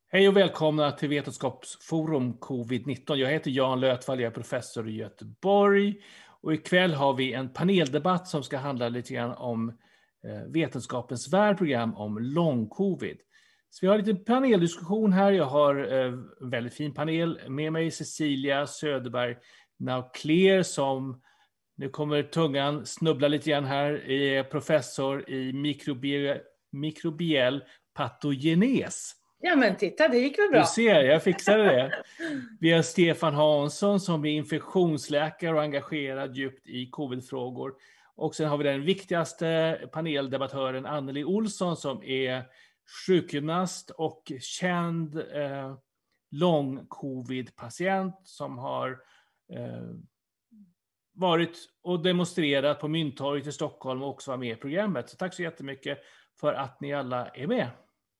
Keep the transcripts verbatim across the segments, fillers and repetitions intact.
Hej och välkomna till Vetenskapsforum covid nitton. Jag heter Jan Lötvall, jag är professor i Göteborg. Och ikväll har vi en paneldebatt som ska handla lite grann om eh, Vetenskapens värld-program om lång-covid. Så vi har lite paneldiskussion här. Jag har eh, en väldigt fin panel med mig, Cecilia Söderberg Naucler, som, nu kommer tungan snubbla lite grann här, är professor i mikrobi- mikrobiell patogenes. Ja men titta, det gick väl bra. Du ser, jag fixade det. Vi har Stefan Hansson som är infektionsläkare och engagerad djupt i covid-frågor. Och sen har vi den viktigaste paneldebattören Anneli Olsson som är sjukgymnast och känd eh, lång-covid-patient som har eh, varit och demonstrerat på Mynttorget i Stockholm och också var med i programmet. Så tack så jättemycket för att ni alla är med.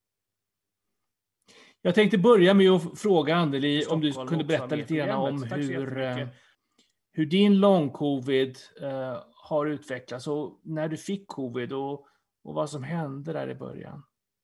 Jag tänkte börja med att fråga Anneli om du kunde berätta lite grann om hur, hur din lång-covid uh, har utvecklats och när du fick covid och, och vad som hände där i början.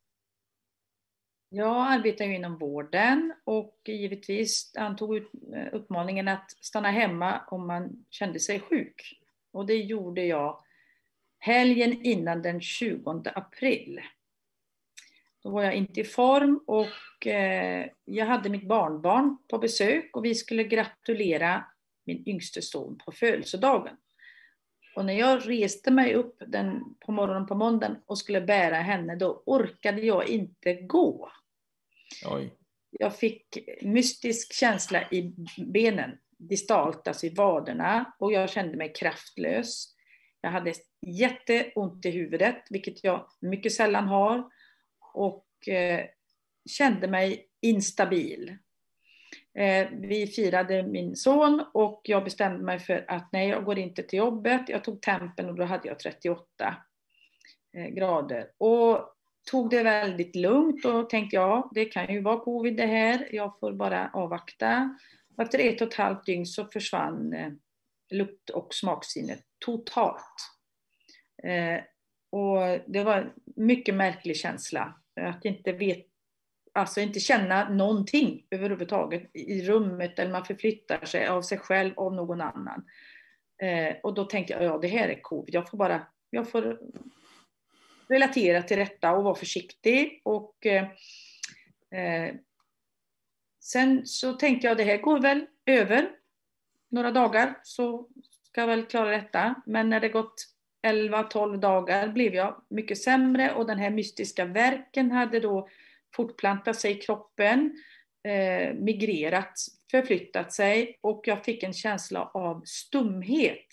Jag arbetar ju inom vården och givetvis antog ut uppmaningen att stanna hemma om man kände sig sjuk. Och det gjorde jag helgen innan den tjugonde april. Då var jag inte i form och eh, jag hade mitt barnbarn på besök och vi skulle gratulera min yngste son på födelsedagen. Och när jag reste mig upp den, på morgonen på måndagen och skulle bära henne, då orkade jag inte gå. Oj. Jag fick mystisk känsla i benen, distalt, alltså i vaderna, och jag kände mig kraftlös. Jag hade jätteont i huvudet, vilket jag mycket sällan har. Och eh, kände mig instabil. Eh, vi firade min son och jag bestämde mig för att nej, jag går inte till jobbet. Jag tog tempen och då hade jag trettioåtta eh, grader. Och tog det väldigt lugnt och tänkte ja, det kan ju vara covid det här. Jag får bara avvakta. Efter ett och ett halvt dygn så försvann eh, lukt- och smaksinnet totalt. Eh, och det var en mycket märklig känsla. Att inte vet, alltså inte känna någonting överhuvudtaget i rummet, eller man förflyttar sig av sig själv, av någon annan. Eh, och då tänkte jag, ja det här är covid. Jag får bara, jag får relatera till detta och vara försiktig. Och eh, sen så tänkte jag, det här går väl över några dagar så ska jag väl klara detta. Men när det gått elva tolv dagar blev jag mycket sämre och den här mystiska värken hade då fortplantat sig i kroppen, eh, migrerat, förflyttat sig och jag fick en känsla av stumhet.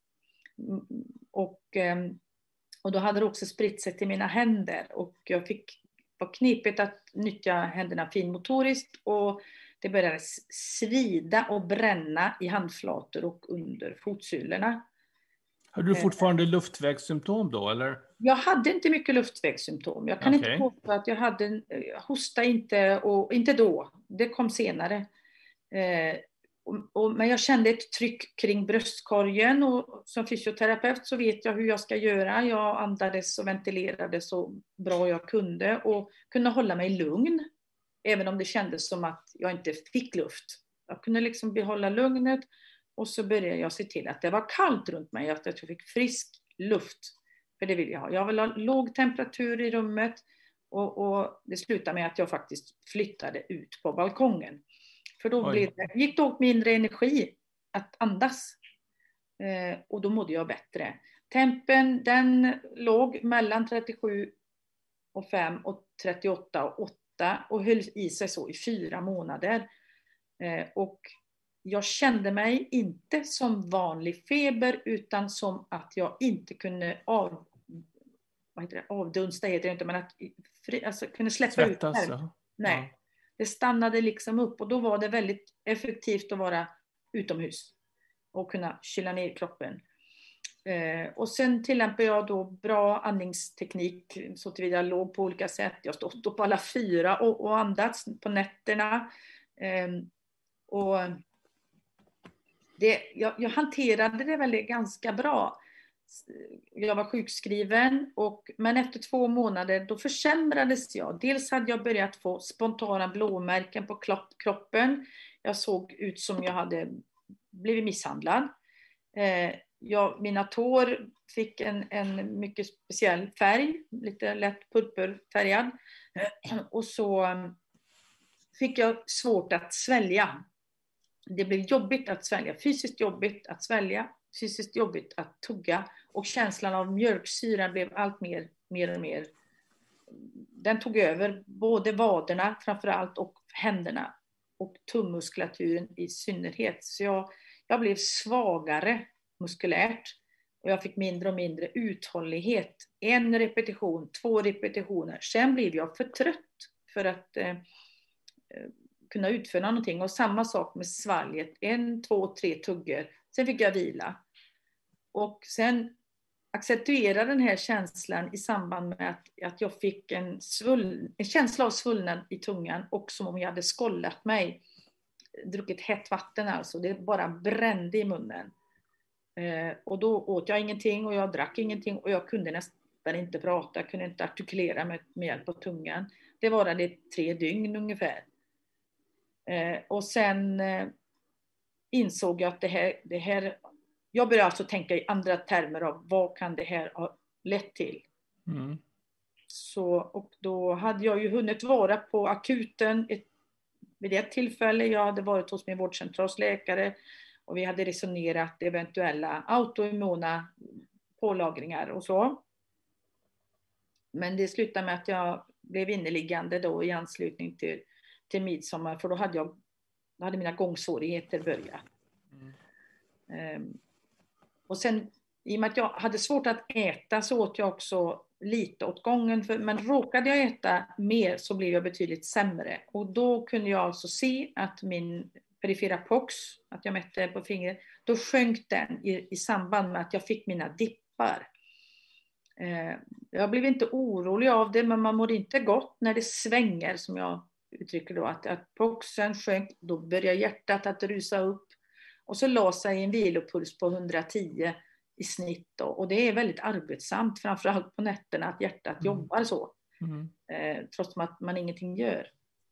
Och, eh, och då hade det också spritt sig till mina händer och jag fick, var knipigt att nyttja händerna finmotoriskt och det började svida och bränna i handflator och under fotsulorna. Har du fortfarande luftvägssymptom då, eller? Jag hade inte mycket luftvägssymptom. Jag kan Okay. inte påstå att jag hade, hosta inte, och inte då. Det kom senare. Eh, och, och, men jag kände ett tryck kring bröstkorgen och som fysioterapeut så vet jag hur jag ska göra. Jag andades och ventilerade så bra jag kunde och kunde hålla mig lugn. Även om det kändes som att jag inte fick luft. Jag kunde liksom behålla lugnet. Och så började jag se till att det var kallt runt mig, att jag fick frisk luft. För det vill jag ha. Jag vill ha låg temperatur i rummet. Och, och det slutade med att jag faktiskt flyttade ut på balkongen. För då blev det, gick det åt mindre energi att andas. Eh, och då mådde jag bättre. Tempen den låg mellan trettiosju och fem och trettioåtta och åtta. Och höll i sig så i fyra månader. Eh, och jag kände mig inte som vanlig feber utan som att jag inte kunde av, vad heter det, avdunsta, heter det inte, men att alltså, kunde släppa Svettas, ut. Ja. Nej, ja. Det stannade liksom upp och då var det väldigt effektivt att vara utomhus och kunna kyla ner kroppen. Eh, och sen tillämpar jag då bra andningsteknik så tillvida jag låg på olika sätt. Jag har stått upp på alla fyra och, och andats på nätterna. Eh, och Det, jag, jag hanterade det väl ganska bra. jag var sjukskriven, och, men efter två månader då försämrades jag. Dels hade jag börjat få spontana blåmärken på kroppen. Jag såg ut som jag hade blivit misshandlad. Eh, jag, mina tår fick en, en mycket speciell färg, lite lätt purpurfärgad. Och så fick jag svårt att svälja. Det blev jobbigt att svälja, fysiskt jobbigt att svälja, fysiskt jobbigt att tugga. Och känslan av mjölksyra blev allt mer, mer och mer. Den tog över både vaderna framförallt och händerna. Och tummuskulaturen i synnerhet. Så jag, jag blev svagare muskulärt. Och jag fick mindre och mindre uthållighet. En repetition, två repetitioner. Sen blev jag för trött för att eh, kunna utföra någonting. Och samma sak med svalget. En, två, tre tuggor. Sen fick jag vila. Och sen accentuerade den här känslan i samband med att, att jag fick en, svull, en känsla av svullnad i tungan. Och som om jag hade skollat mig. Druckit hett vatten alltså. Det bara brände i munnen. Eh, och då åt jag ingenting och jag drack ingenting. Och jag kunde nästan inte prata. Jag kunde inte artikulera med, med hjälp av tungan. Det varade tre dygn ungefär. Eh, och sen eh, insåg jag att det här, det här... Jag började alltså tänka i andra termer av vad kan det här ha lett till. Mm. Så, och då hade jag ju hunnit vara på akuten ett, vid ett tillfälle. Jag hade varit hos min vårdcentralsläkare och vi hade resonerat eventuella autoimmuna pålagringar och så. Men det slutade med att jag blev inneliggande då i anslutning till, till midsommar, för då hade, jag, då hade mina gångsvårigheter börjat. Mm. Um, och sen, i och med att jag hade svårt att äta, så åt jag också lite åt gången. För, men råkade jag äta mer så blev jag betydligt sämre. Och då kunde jag alltså se att min perifera pox, att jag mätte på fingret, då sjönk den i, i samband med att jag fick mina dippar. Eh, jag blev inte orolig av det, men man mår inte gott när det svänger, som jag uttrycker då. Att, att poxen sjönk, då börjar hjärtat att rusa upp. Och så la sig en vilopuls på hundratio i snitt då. Och det är väldigt arbetsamt, framförallt på nätterna, att hjärtat mm. jobbar så. Mm. Eh, trots att man ingenting gör.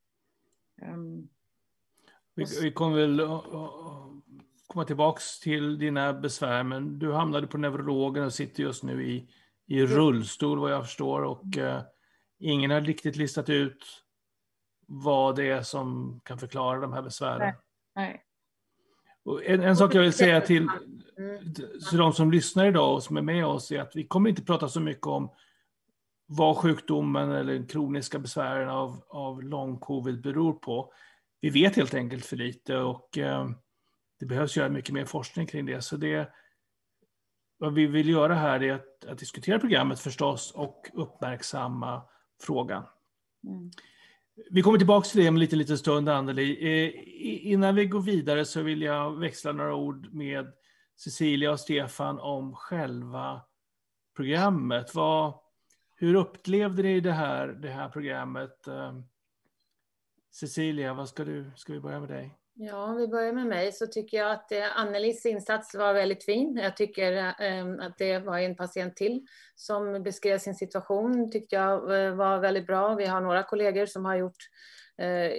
Um, vi, vi kommer väl uh, komma tillbaks till dina besvär, men du hamnade på neurologen och sitter just nu i, i rullstol, vad jag förstår. Och uh, ingen har riktigt listat ut vad det är som kan förklara de här besvären. Nej, nej. Och en, en sak jag vill säga till, till de som lyssnar idag och som är med oss är att vi kommer inte prata så mycket om vad sjukdomen eller kroniska besvären av, av lång covid beror på. Vi vet helt enkelt för lite, och eh, det behövs göra mycket mer forskning kring det. Så det, vad vi vill göra här är att, att diskutera programmet förstås och uppmärksamma frågan. Mm. Vi kommer tillbaka till det om en liten, liten stund, Anneli. Eh, innan vi går vidare så vill jag växla några ord med Cecilia och Stefan om själva programmet. Vad, hur upplevde ni det här, det här programmet? Eh, Cecilia, vad ska du, ska vi börja med dig? Ja, om vi börjar med mig så tycker jag att eh, Annelis insats var väldigt fin. Jag tycker eh, att det var en patient till som beskrev sin situation, tyckte jag eh, var väldigt bra. Vi har några kollegor som har gjort eh,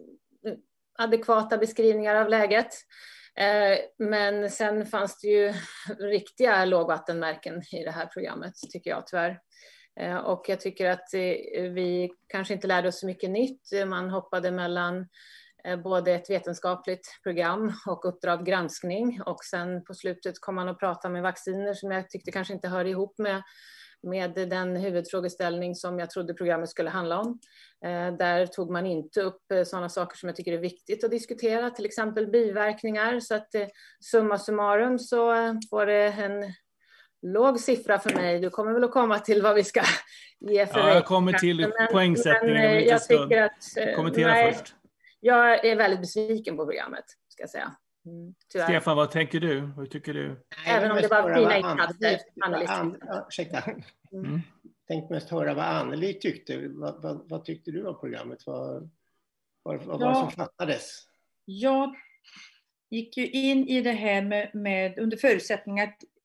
adekvata beskrivningar av läget. Eh, men sen fanns det ju riktiga lågvattenmärken i det här programmet, tycker jag tyvärr. Eh, och jag tycker att eh, vi kanske inte lärde oss så mycket nytt. Man hoppade mellan både ett vetenskapligt program och Uppdrag granskning. Och sen på slutet kom man att prata med vacciner som jag tyckte kanske inte hör ihop med, med den huvudfrågeställning som jag trodde programmet skulle handla om. Eh, där tog man inte upp sådana saker som jag tycker är viktigt att diskutera, till exempel biverkningar. Så att eh, summa summarum så eh, får det en låg siffra för mig. Du kommer väl att komma till vad vi ska ge för ja, jag kommer till men, poängsättningen. Men, jag tycker att, eh, kommentera nej, först. Jag är väldigt besviken på programmet, ska jag säga. Mm, Stefan, vad tänker du? Vad tycker du? Även om det var fina insatser. Ursäkta. Mm. Tänk mest höra vad Anneli tyckte. Vad, vad, vad tyckte du om programmet? Vad, vad, vad ja, var det som fattades? Jag gick ju in i det här med, med under förutsättning att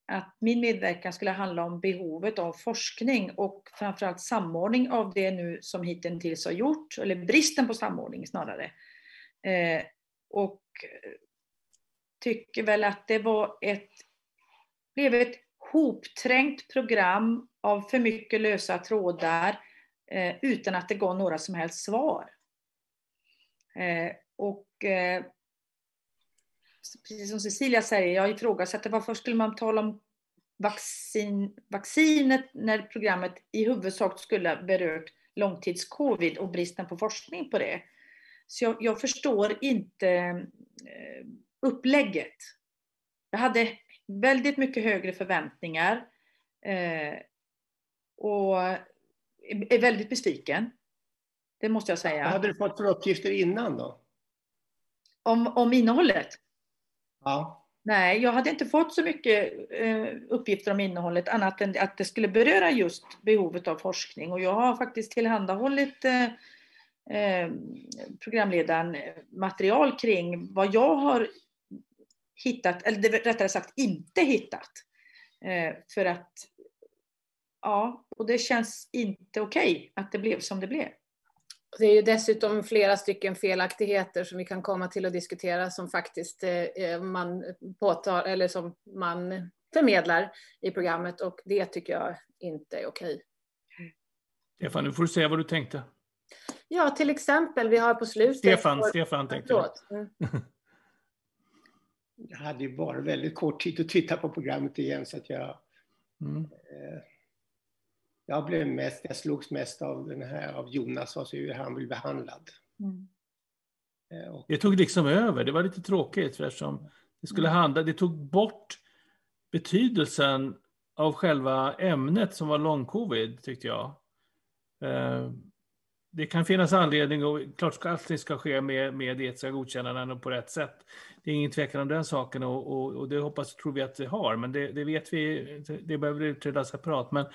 att min medverkan skulle handla om behovet av forskning och framförallt samordning av det nu som hittills har gjort, eller bristen på samordning snarare. Eh, och tycker väl att det var ett, blev ett hopträngt program av för mycket lösa trådar eh, utan att det gav några som helst svar. Eh, och eh, precis som Cecilia säger, jag ifrågasätter varför skulle man tala om vaccin, vaccinet när programmet i huvudsak skulle ha berört långtidscovid och bristen på forskning på det. Så jag, jag förstår inte eh, upplägget. Jag hade väldigt mycket högre förväntningar eh, och är väldigt besviken. Det måste jag säga. Vad hade du fått för uppgifter innan då? Om, om innehållet? Ja. Nej, jag hade inte fått så mycket eh, uppgifter om innehållet annat än att det skulle beröra just behovet av forskning. Och jag har faktiskt tillhandahållit eh, eh, programledaren material kring vad jag har hittat, eller rättare sagt inte hittat. Eh, för att, ja, och det känns inte okej att det blev som det blev. Det är ju dessutom flera stycken felaktigheter som vi kan komma till att diskutera som faktiskt eh, man påtar, eller som man förmedlar i programmet, och det tycker jag inte är okej. Stefan, nu får du säga vad du tänkte. Ja, till exempel, vi har på slutet... Stefan, för... Stefan tänkte jag. Mm. Jag hade ju bara väldigt kort tid att titta på programmet igen, så att jag... Mm. Eh, Jag blev mest, jag slogs mest av den här, av Jonas, alltså hur han blev behandlad. Mm. Och... Det tog liksom över, det var lite tråkigt eftersom det skulle handla, det tog bort betydelsen av själva ämnet som var lång-covid, tyckte jag. Det kan finnas anledning, och klart ska allting ska ske med, med etiska godkännanden och på rätt sätt. Det är ingen tvekan om den saken, och, och, och det hoppas tror vi att det har, men det, det vet vi, det behöver utredas separat. Men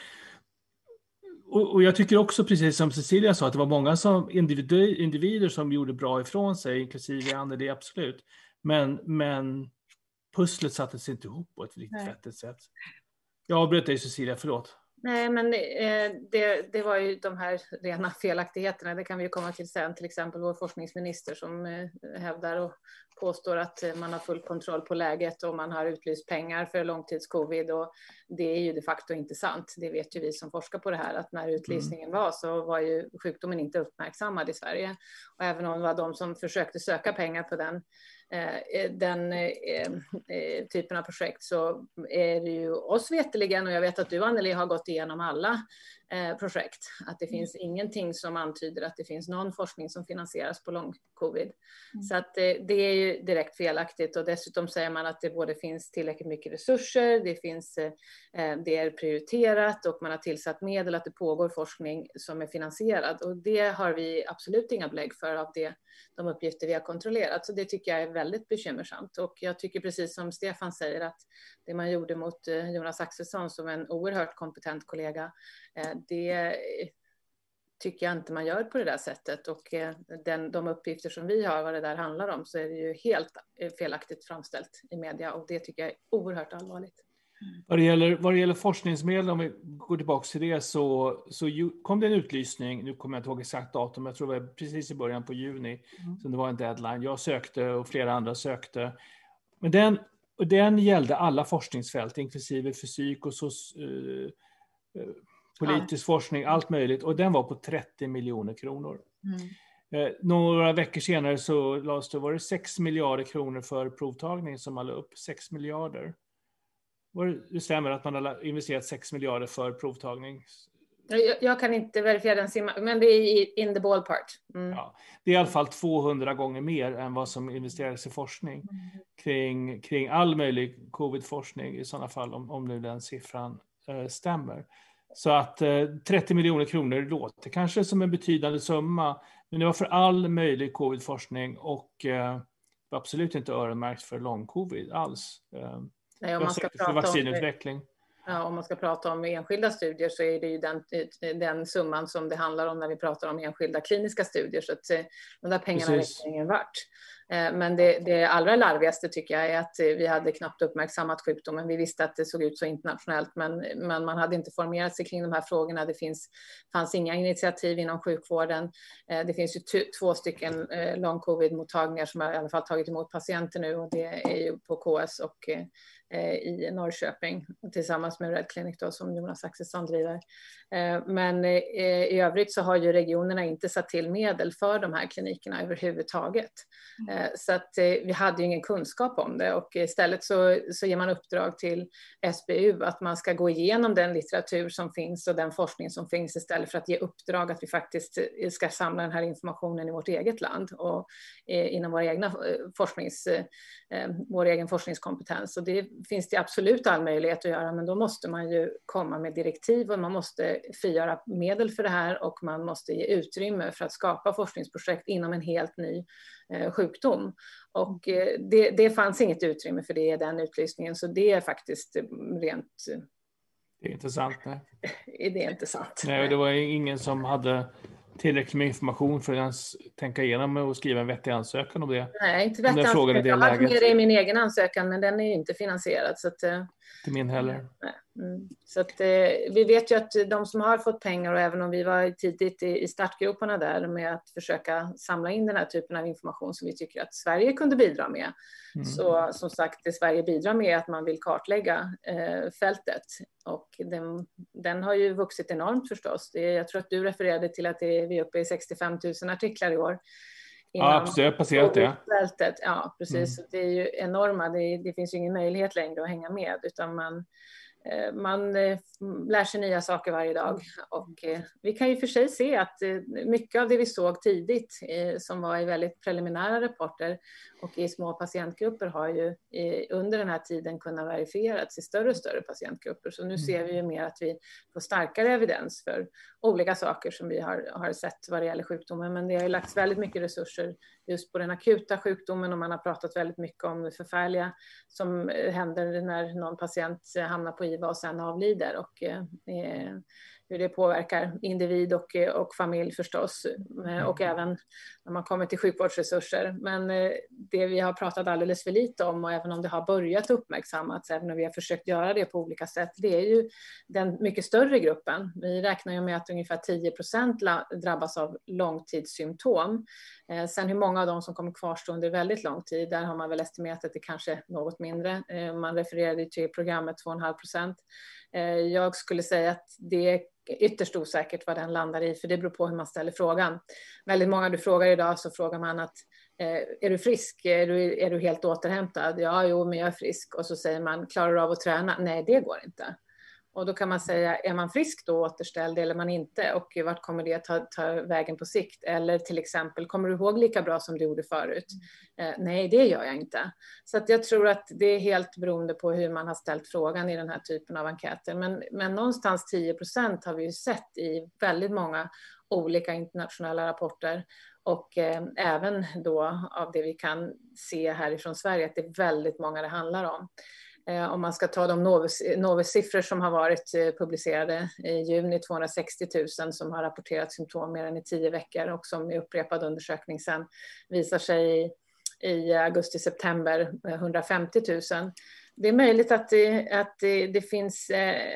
Och, och jag tycker också, precis som Cecilia sa, att det var många som individer, individer som gjorde bra ifrån sig, inklusive Anneli, absolut. Men, men pusslet sattes inte ihop på ett riktigt vettigt sätt. Jag avbröt dig, Cecilia, förlåt. Nej, men eh, det, det var ju de här rena felaktigheterna. Det kan vi ju komma till sen. Till exempel vår forskningsminister som eh, hävdar och påstår att eh, man har full kontroll på läget och man har utlyst pengar för långtidscovid. Och det är ju de facto inte sant. Det vet ju vi som forskar på det här, att när utlysningen mm. var så var ju sjukdomen inte uppmärksammad i Sverige. Och även om det var de som försökte söka pengar på den Eh, den eh, eh, typen av projekt, så är det ju oss veteligen, och jag vet att du, Anneli, har gått igenom alla eh, projekt, att det finns ingenting som antyder att det finns någon forskning som finansieras på lång-covid. Mm. Så att eh, det är ju direkt felaktigt, och dessutom säger man att det både finns tillräckligt mycket resurser, det finns eh, det är prioriterat och man har tillsatt medel, att det pågår forskning som är finansierad, och det har vi absolut inga belägg för av det, de uppgifter vi har kontrollerat. Så det tycker jag är väldigt bekymmersamt, och jag tycker precis som Stefan säger att det man gjorde mot Jonas Axelsson som en oerhört kompetent kollega, det tycker jag inte man gör på det där sättet, och den, de uppgifter som vi har vad det där handlar om, så är det ju helt felaktigt framställt i media, och det tycker jag är oerhört allvarligt. Vad det gäller, vad det gäller forskningsmedel, om vi går tillbaka till det, så, så ju, kom det en utlysning, nu kommer jag inte ihåg exakt datum, jag tror det var precis i början på juni, mm. så det var en deadline. Jag sökte och flera andra sökte. Men den, och den gällde alla forskningsfält, inklusive fysik och så, uh, uh, politisk ja. forskning, allt möjligt. Och den var på trettio miljoner kronor. Mm. Uh, några veckor senare så lades det, var det sex miljarder kronor för provtagning som man la upp, sex miljarder. Det stämmer att man har investerat sex miljarder för provtagning. Jag, jag kan inte verifiera den simma, men det är in the ballpark. Mm. Ja, det är i alla fall tvåhundra gånger mer än vad som investerades i forskning mm. kring, kring all möjlig covid-forskning i sådana fall, om, om nu den siffran eh, stämmer. Så att eh, trettio miljoner kronor låter kanske som en betydande summa, men det var för all möjlig covid-forskning och eh, absolut inte öronmärkt för lång-covid alls. Eh, Nej, om man ska prata vaccinutveckling. Om, ja, om man ska prata om enskilda studier, så är det ju den, den summan som det handlar om när vi pratar om enskilda kliniska studier. Så att de där pengarna räcker ingen vart. Men det, det allra larvigaste tycker jag är att vi hade knappt uppmärksammat sjukdomen. Vi visste att det såg ut så internationellt, men, men man hade inte formerat sig kring de här frågorna. Det finns, fanns inga initiativ inom sjukvården. Det finns ju t- två stycken long covid-mottagningar som har i alla fall tagit emot patienter nu, och det är ju på K S och i Norrköping tillsammans med Red Clinic då, som Jonas Axelsson driver. Men i övrigt så har ju regionerna inte satt till medel för de här klinikerna överhuvudtaget. Mm. Så att vi hade ju ingen kunskap om det, och istället så, så ger man uppdrag till S B U att man ska gå igenom den litteratur som finns och den forskning som finns, istället för att ge uppdrag att vi faktiskt ska samla den här informationen i vårt eget land och inom våra egna forsknings, vår egen forskningskompetens. Och det finns det absolut all möjlighet att göra, men då måste man ju komma med direktiv och man måste frigöra medel för det här, och man måste ge utrymme för att skapa forskningsprojekt inom en helt ny eh, sjukdom. Och eh, det, det fanns inget utrymme för det i den utlysningen, så det är faktiskt rent... Det är inte sant, nej. Det är inte sant. Nej, det var ingen som hade tillräckligt med information för att ens tänka igenom och skriva en vettig ansökan om det. Nej, inte vettig ansökan. Jag har med det i min egen ansökan, men den är inte finansierad. Så att, inte min heller. Nej. Mm. Så att, vi vet ju att de som har fått pengar, och även om vi var tidigt i startgroparna där med att försöka samla in den här typen av information som vi tycker att Sverige kunde bidra med. Mm. Så som sagt, det Sverige bidrar med är att man vill kartlägga eh, fältet. Och den, den har ju vuxit enormt förstås. Det, jag tror att du refererade till att det är, vi är uppe i sextiofem tusen artiklar i år. Ja, absolut, jag har passerat det. Fältet. Ja, precis. Mm. Det är ju enorma. Det, det finns ju ingen möjlighet längre att hänga med, utan man... Man lär sig nya saker varje dag, och vi kan ju för sig se att mycket av det vi såg tidigt, som var i väldigt preliminära rapporter och i små patientgrupper, har ju under den här tiden kunnat verifierats i större och större patientgrupper. Så nu ser vi ju mer att vi får starkare evidens för olika saker som vi har, har sett vad det gäller sjukdomen. Men det har ju lagts väldigt mycket resurser just på den akuta sjukdomen, och man har pratat väldigt mycket om det förfärliga som händer när någon patient hamnar på I V A och sen avlider, och eh, hur det påverkar individ och, och familj förstås, och även när man kommer till sjukvårdsresurser. Men eh, det vi har pratat alldeles för lite om, och även om det har börjat uppmärksammas, även om vi har försökt göra det på olika sätt, det är ju den mycket större gruppen. Vi räknar ju med att ungefär tio procent drabbas av långtidssymptom. Eh, sen hur många av dem som kommer kvarstå under väldigt lång tid, där har man väl estimerat att det kanske är något mindre. Eh, man refererade till programmet två komma fem procent. Eh, jag skulle säga att det är ytterst osäkert vad den landar i, för det beror på hur man ställer frågan. Väldigt många du frågar idag, så frågar man att eh, är du frisk? Är du, är du helt återhämtad? Ja, jo, men jag är frisk. Och så säger man, klarar du av att träna? Nej, det går inte. Och då kan man säga, är man frisk då återställd eller man inte? Och vart kommer det ta, ta vägen på sikt? Eller till exempel, kommer du ihåg lika bra som du gjorde förut? Eh, nej, det gör jag inte. Så att jag tror att det är helt beroende på hur man har ställt frågan i den här typen av enkäter. Men, men någonstans tio procent har vi ju sett i väldigt många olika internationella rapporter. Och eh, även då av det vi kan se härifrån Sverige, att det är väldigt många det handlar om. Om man ska ta de Novus-siffror som har varit publicerade i juni, tvåhundrasextio tusen som har rapporterat symptom mer än i tio veckor, och som i upprepad undersökning sen visar sig i, i augusti-september hundrafemtio tusen. Det är möjligt att det, att det, det finns,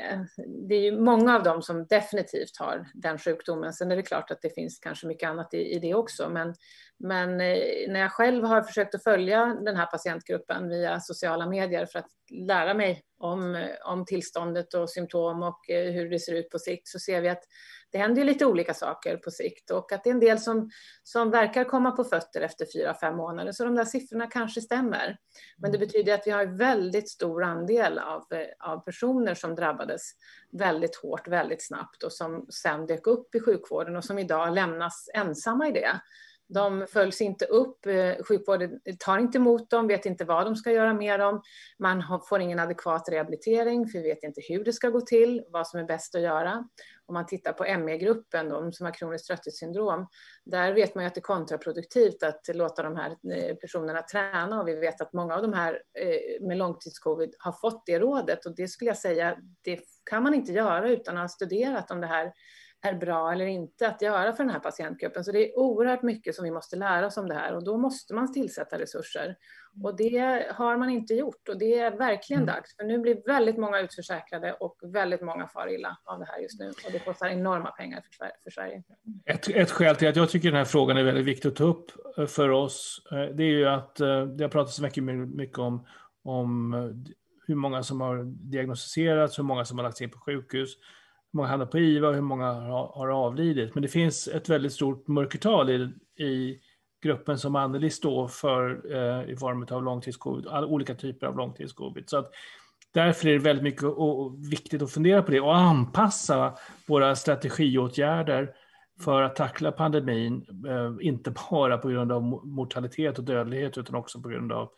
det är ju många av dem som definitivt har den sjukdomen. Sen är det klart att det finns kanske mycket annat i, i det också. Men, men när jag själv har försökt att följa den här patientgruppen via sociala medier för att lära mig om, om tillståndet och symptom och hur det ser ut på sikt, så ser vi att det händer ju lite olika saker på sikt, och att det är en del som, som verkar komma på fötter efter fyra, fem månader. Så de där siffrorna kanske stämmer. Men det betyder att vi har en väldigt stor andel av, av personer som drabbades väldigt hårt, väldigt snabbt, och som sen dök upp i sjukvården och som idag lämnas ensamma i det. De följs inte upp, sjukvården tar inte emot dem, vet inte vad de ska göra med dem. Man får ingen adekvat rehabilitering, för vi vet inte hur det ska gå till, vad som är bäst att göra. Om man tittar på M E-gruppen, de som har kroniskt trötthetssyndrom, där vet man ju att det är kontraproduktivt att låta de här personerna träna. Och vi vet att många av de här med långtidscovid har fått det rådet. Och det skulle jag säga, det kan man inte göra utan att ha studerat om det här är bra eller inte att göra för den här patientgruppen. Så det är oerhört mycket som vi måste lära oss om det här och då måste man tillsätta resurser. Och det har man inte gjort och det är verkligen mm. dags. För nu blir väldigt många utförsäkrade och väldigt många far illa av det här just nu. Och det kostar enorma pengar för Sverige. Ett, ett skäl till att jag tycker den här frågan är väldigt viktig att ta upp för oss, det är ju att det har pratats så mycket, mycket om, om hur många som har diagnostiserats, hur många som har lagts in på sjukhus, hur många hamnar på I V A och hur många har, har avlidit. Men det finns ett väldigt stort mörkertal i, i gruppen som Anneli står för eh, i form av långtidscovid, olika typer av långtidscovid. Så att därför är det väldigt mycket och, och viktigt att fundera på det och anpassa våra strategiåtgärder för att tackla pandemin, eh, inte bara på grund av mortalitet och dödlighet utan också på grund av,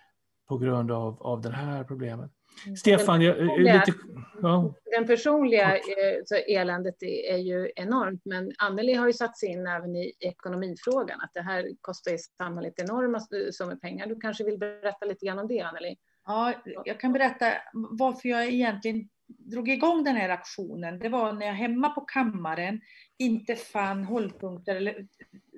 på grund av, av det här problemet. Stefan, jag, lite, ja. Den personliga så eländet är ju enormt, men Anneli har ju satt sig in även i ekonomifrågan, att det här kostar i samhället enorma summor pengar. Du kanske vill berätta lite grann om det, Anneli? Ja, jag kan berätta varför jag egentligen drog igång den här aktionen. Det var när jag hemma på kammaren inte fann hållpunkter eller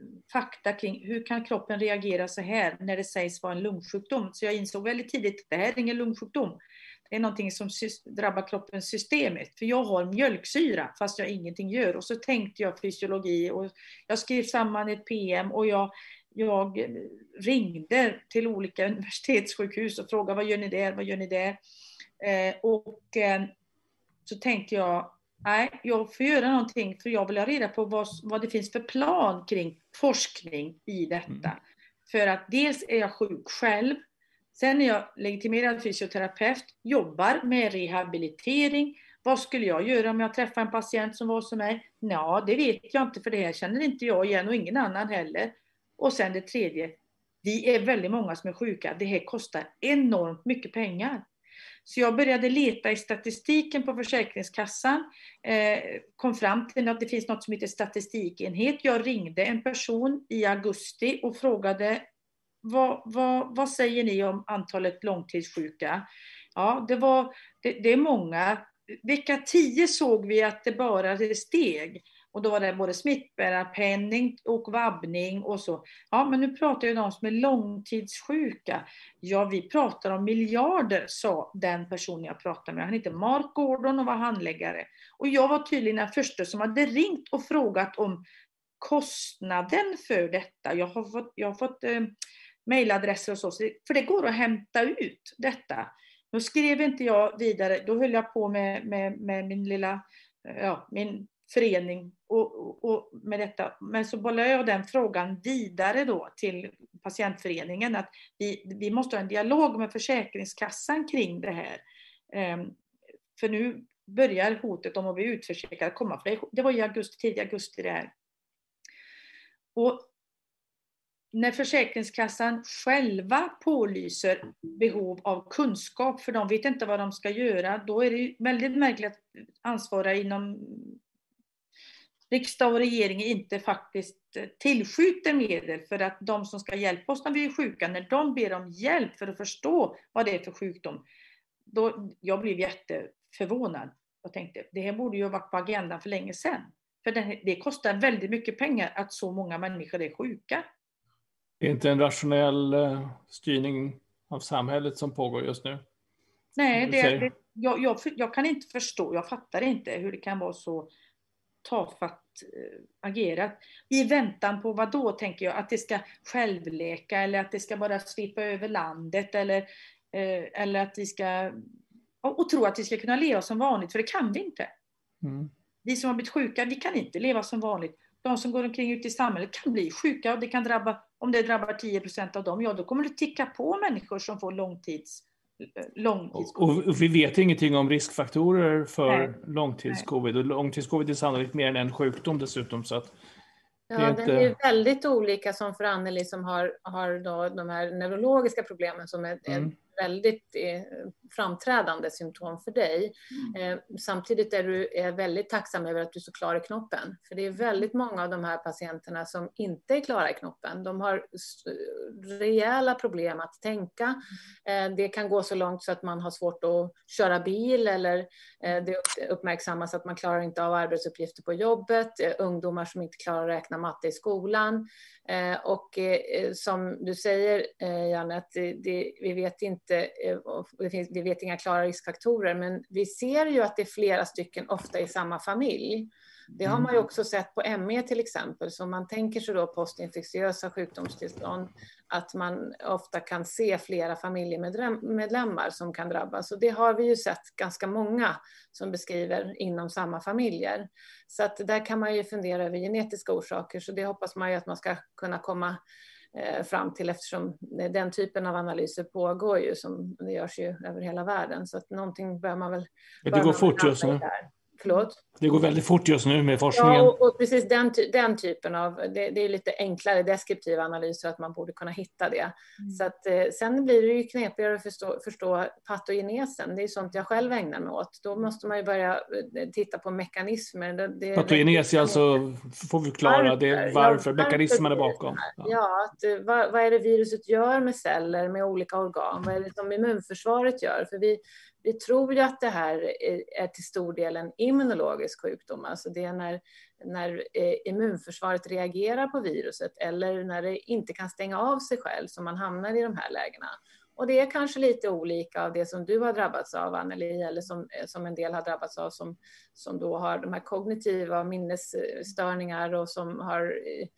fakta kring hur kan kroppen reagera så här när det sägs vara en lungsjukdom. Så jag insåg väldigt tidigt att det här är ingen lungsjukdom. Det är någonting som drabbar kroppens systemet. För jag har mjölksyra fast jag ingenting gör. Och så tänkte jag fysiologi och jag skrev samman ett P M och jag, jag ringde till olika universitetssjukhus och frågade vad gör ni där, vad gör ni där? Eh, och eh, så tänkte jag, nej, jag får göra någonting för jag vill ha reda på vad, vad det finns för plan kring forskning i detta. Mm. För att dels är jag sjuk själv. Sen är jag legitimerad fysioterapeut, jobbar med rehabilitering. Vad skulle jag göra om jag träffar en patient som var som mig? Ja, det vet jag inte för det här känner inte jag igen och ingen annan heller. Och sen det tredje, vi är väldigt många som är sjuka. Det här kostar enormt mycket pengar. Så jag började leta i statistiken på Försäkringskassan. Eh, kom fram till att det finns något som heter statistikenhet. Jag ringde en person i augusti och frågade Vad, vad, vad säger ni om antalet långtidssjuka? Ja, det, var, det, det är många. Vecka tio såg vi att det bara steg. Och då var det både smittbärarpenning och vabbning och så. Ja, men nu pratar ju de som är långtidssjuka. Ja, vi pratar om miljarder, sa den personen jag pratade med. Han heter Mark Gordon och var handläggare. Och jag var tydligen den första som hade ringt och frågat om kostnaden för detta. Jag har fått... Jag har fått eh, mejladresser och så, för det går att hämta ut detta. Då skrev inte jag vidare, då höll jag på med, med, med min lilla, ja, min förening och, och, och med detta. Men så bollade jag den frågan vidare då till patientföreningen att vi, vi måste ha en dialog med Försäkringskassan kring det här. Um, för nu börjar hotet om att bli utförsäkrad komma, för det, det var i augusti, tidig augusti det här. Och när Försäkringskassan själva pålyser behov av kunskap, för de vet inte vad de ska göra, då är det väldigt märkligt att ansvara inom riksdag och regering inte faktiskt tillskjuter medel för att de som ska hjälpa oss när vi är sjuka, när de ber om hjälp för att förstå vad det är för sjukdom, då jag blev jätteförvånad och tänkte, det här borde ju ha varit på agendan för länge sedan. För det, det kostar väldigt mycket pengar att så många människor är sjuka. Det är inte en rationell uh, styrning av samhället som pågår just nu. Nej, det, det, jag, jag, jag kan inte förstå, jag fattar inte hur det kan vara så tafatt uh, agerat. I väntan på vad då, tänker jag, att det ska självläka eller att det ska bara slippa över landet eller, uh, eller att vi ska, och, och tro att vi ska kunna leva som vanligt, för det kan vi inte. Mm. Vi som har blivit sjuka, vi kan inte leva som vanligt. De som går omkring ute i samhället kan bli sjuka och det kan drabba, om det drabbar tio procent av dem, ja då kommer det ticka på människor som får långtids, långtids och, och vi vet ingenting om riskfaktorer för långtidscovid. Och långtidscovid är sannolikt mer än en sjukdom dessutom. Så att ja, det är inte... den är ju väldigt olika som för Anneli som har, har då de här neurologiska problemen som är, mm. väldigt eh, framträdande symptom för dig. Eh, samtidigt är du är väldigt tacksam över att du är så klar i knoppen. För det är väldigt många av de här patienterna som inte är klara i knoppen. De har rejäla problem att tänka. Eh, det kan gå så långt så att man har svårt att köra bil, eller eh, det uppmärksammas att man klarar inte av arbetsuppgifter på jobbet. Eh, ungdomar som inte klarar att räkna matte i skolan. Eh, och eh, som du säger, eh, Janne, att det, det, vi vet inte, eh, det finns, vi vet inga klara riskfaktorer, men vi ser ju att det är flera stycken ofta i samma familj. Det har man ju också sett på M E till exempel, så man tänker sig då postinfektiösa sjukdomstillstånd, att man ofta kan se flera familjemedlemmar som kan drabbas. Och det har vi ju sett ganska många som beskriver inom samma familjer. Så att där kan man ju fundera över genetiska orsaker, så det hoppas man ju att man ska kunna komma eh, fram till, eftersom den typen av analyser pågår ju, som det görs ju över hela världen. Så att någonting bör man väl... Det går fort just nu. Förlåt? Det går väldigt fort just nu med forskningen. Ja, och, och precis den, den typen av, det, det är lite enklare deskriptiva analyser, att man borde kunna hitta det. Mm. Så att, eh, sen blir det ju knepigare att förstå, förstå patogenesen. Det är sånt jag själv ägnar mig åt. Då måste man ju börja titta på mekanismer. Det, det Patogenes, alltså får vi klara det, varför, ja, varför mekanismerna bakom. Ja, ja att, vad, vad är det viruset gör med celler, med olika organ? Vad är det som immunförsvaret gör? För vi Vi tror ju att det här är till stor del en immunologisk sjukdom. Alltså det är när, när immunförsvaret reagerar på viruset, eller när det inte kan stänga av sig själv, som man hamnar i de här lägena. Och det är kanske lite olika av det som du har drabbats av, Anneli, eller som, som en del har drabbats av, som, som då har de här kognitiva minnesstörningar och som har...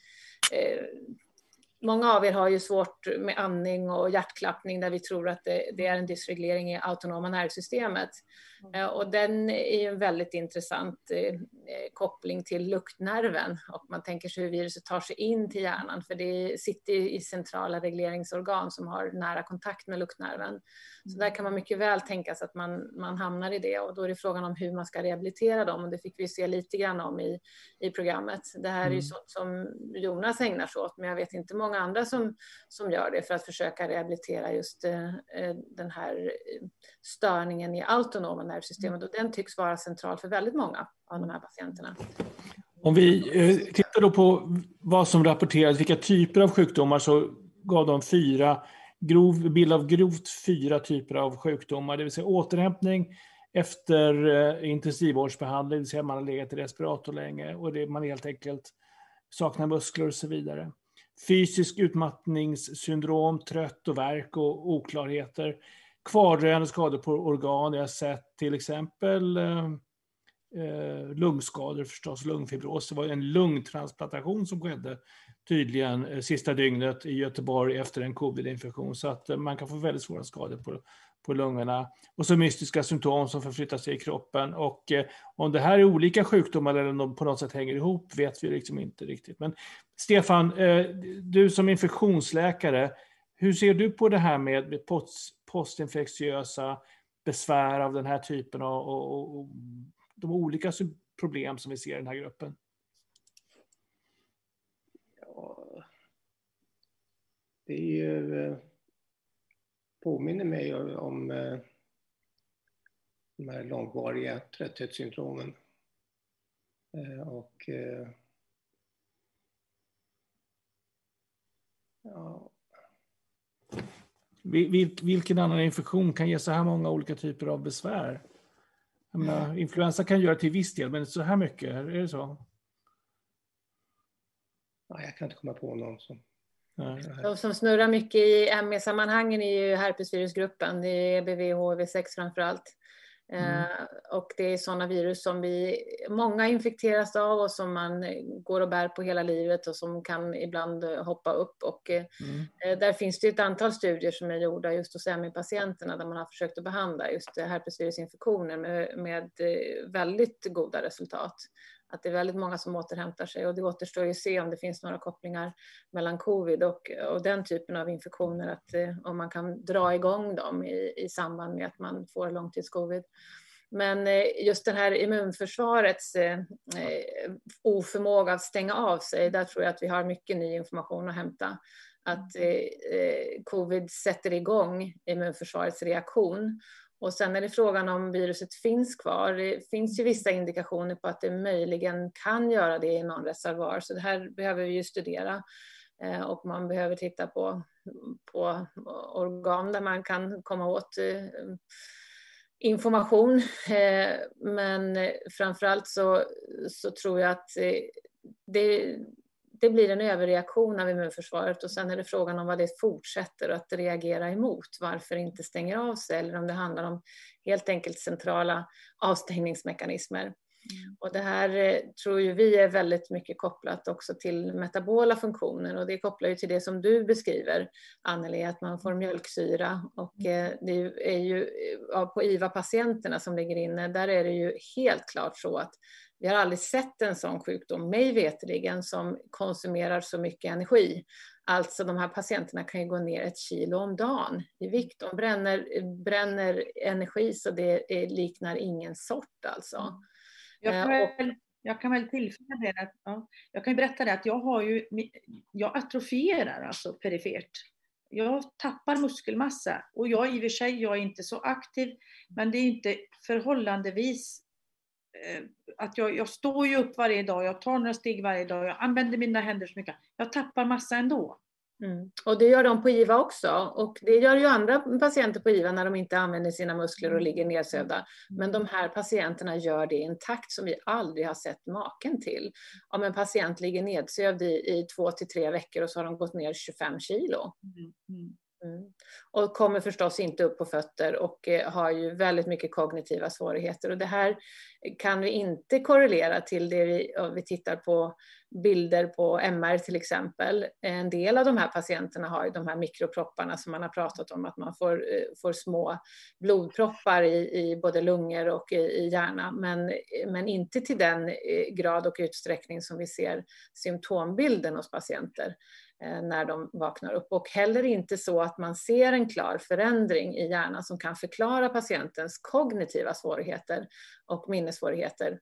Eh, Många av er har ju svårt med andning och hjärtklappning, där vi tror att det, det är en dysreglering i autonoma nervsystemet. Mm. Och den är ju en väldigt intressant eh, koppling till luktnerven. Och man tänker sig hur viruset tar sig in till hjärnan, för det sitter i centrala regleringsorgan som har nära kontakt med luktnerven. Mm. Så där kan man mycket väl tänka sig att man, man hamnar i det. Och då är det frågan om hur man ska rehabilitera dem. Och det fick vi se lite grann om i, i programmet. Det här mm. är ju sånt som Jonas ägnar sig åt, men jag vet inte många andra som, som gör det för att försöka rehabilitera just eh, den här störningen i autonoma nervsystemet, och den tycks vara central för väldigt många av de här patienterna. Om vi eh, tittar då på vad som rapporteras, vilka typer av sjukdomar, så gav de fyra, grov bild av grovt fyra typer av sjukdomar, det vill säga återhämtning efter eh, intensivvårdsbehandling, det vill säga man har legat i respirator länge och det, man helt enkelt saknar muskler och så vidare. Fysisk utmattningssyndrom, trött och värk och oklarheter. Kvardröjande skador på organ. Jag har sett till exempel eh, lungskador förstås, lungfibros. Det var en lungtransplantation som skedde tydligen eh, sista dygnet i Göteborg efter en covid-infektion. Så att eh, man kan få väldigt svåra skador på, på lungorna. Och så mystiska symptom som förflyttar sig i kroppen. Och eh, om det här är olika sjukdomar eller de på något sätt hänger ihop vet vi liksom inte riktigt. Men Stefan, eh, du som infektionsläkare, hur ser du på det här med post, postinfektiösa besvär av den här typen och, och, och de olika problem som vi ser i den här gruppen? Ja, det är ju, påminner mig om de här långvariga trötthetssyndromen. Och ja. Vil, vilken annan infektion kan ge så här många olika typer av besvär? Jag menar, influensa kan göra till viss del, men så här mycket, är det så? Ja, jag kan inte komma på någon som... De som snurrar mycket i M E-sammanhangen är ju herpesvirusgruppen, det är E B V, H I V sex framförallt. Mm. Uh, och det är sådana virus som vi, många infekteras av och som man går och bär på hela livet och som kan ibland hoppa upp. Och mm. uh, där finns det ett antal studier som är gjorda just hos M E-patienterna där man har försökt att behandla just herpesvirusinfektioner med, med uh, väldigt goda resultat. Att det är väldigt många som återhämtar sig, och det återstår ju att se om det finns några kopplingar mellan covid och, och den typen av infektioner, att eh, om man kan dra igång dem i, i samband med att man får långtidscovid. Men eh, just det här immunförsvarets eh, oförmåga att stänga av sig, där tror jag att vi har mycket ny information att hämta. att eh, covid sätter igång immunförsvarets reaktion. Och sen är det frågan om viruset finns kvar. Det finns ju vissa indikationer på att det möjligen kan göra det i någon reservoar. Så det här behöver vi ju studera. Eh, och man behöver titta på, på organ där man kan komma åt eh, information. Eh, men framförallt så, så tror jag att eh, det, det blir en överreaktion av immunförsvaret. Och sen är det frågan om vad det fortsätter att reagera emot. Varför det inte stänger av sig. Eller om det handlar om helt enkelt centrala avstängningsmekanismer. Mm. Och det här eh, tror ju vi är väldigt mycket kopplat också till metabola funktioner. Och det kopplar ju till det som du beskriver, Anneli, att man får mjölksyra. Och eh, det är ju ja, på I V A-patienterna som ligger inne, där är det ju helt klart så att vi har aldrig sett en sån sjukdom, mig veteligen, som konsumerar så mycket energi. Alltså de här patienterna kan ju gå ner ett kilo om dagen i vikt. De bränner, bränner energi så det är, liknar ingen sort alltså. Jag kan väl, jag kan väl tillföra det att, ja, jag kan berätta det att jag har ju, jag atrofierar alltså perifert. Jag tappar muskelmassa och jag i och för sig, jag är inte så aktiv, men det är inte förhållandevis eh, att jag, jag står ju upp varje dag, jag tar några steg varje dag, jag använder mina händer så mycket. Jag tappar massa ändå. Mm. Och det gör de på I V A också. Och det gör ju andra patienter på I V A när de inte använder sina muskler och ligger nedsövda. Men de här patienterna gör det i en takt som vi aldrig har sett maken till. Om en patient ligger nedsövd i, i två till tre veckor och så har de gått ner tjugofem kilo. Mm. Mm. Och kommer förstås inte upp på fötter och eh, har ju väldigt mycket kognitiva svårigheter. Och det här kan vi inte korrelera till det vi, vi tittar på bilder på M R till exempel. En del av de här patienterna har ju de här mikropropparna som man har pratat om, att man får, får små blodproppar i, i både lungor och i, i hjärna, men, men inte till den grad och utsträckning som vi ser symptombilden hos patienter när de vaknar upp. Och heller inte så att man ser en klar förändring i hjärnan som kan förklara patientens kognitiva svårigheter och minnessvårigheter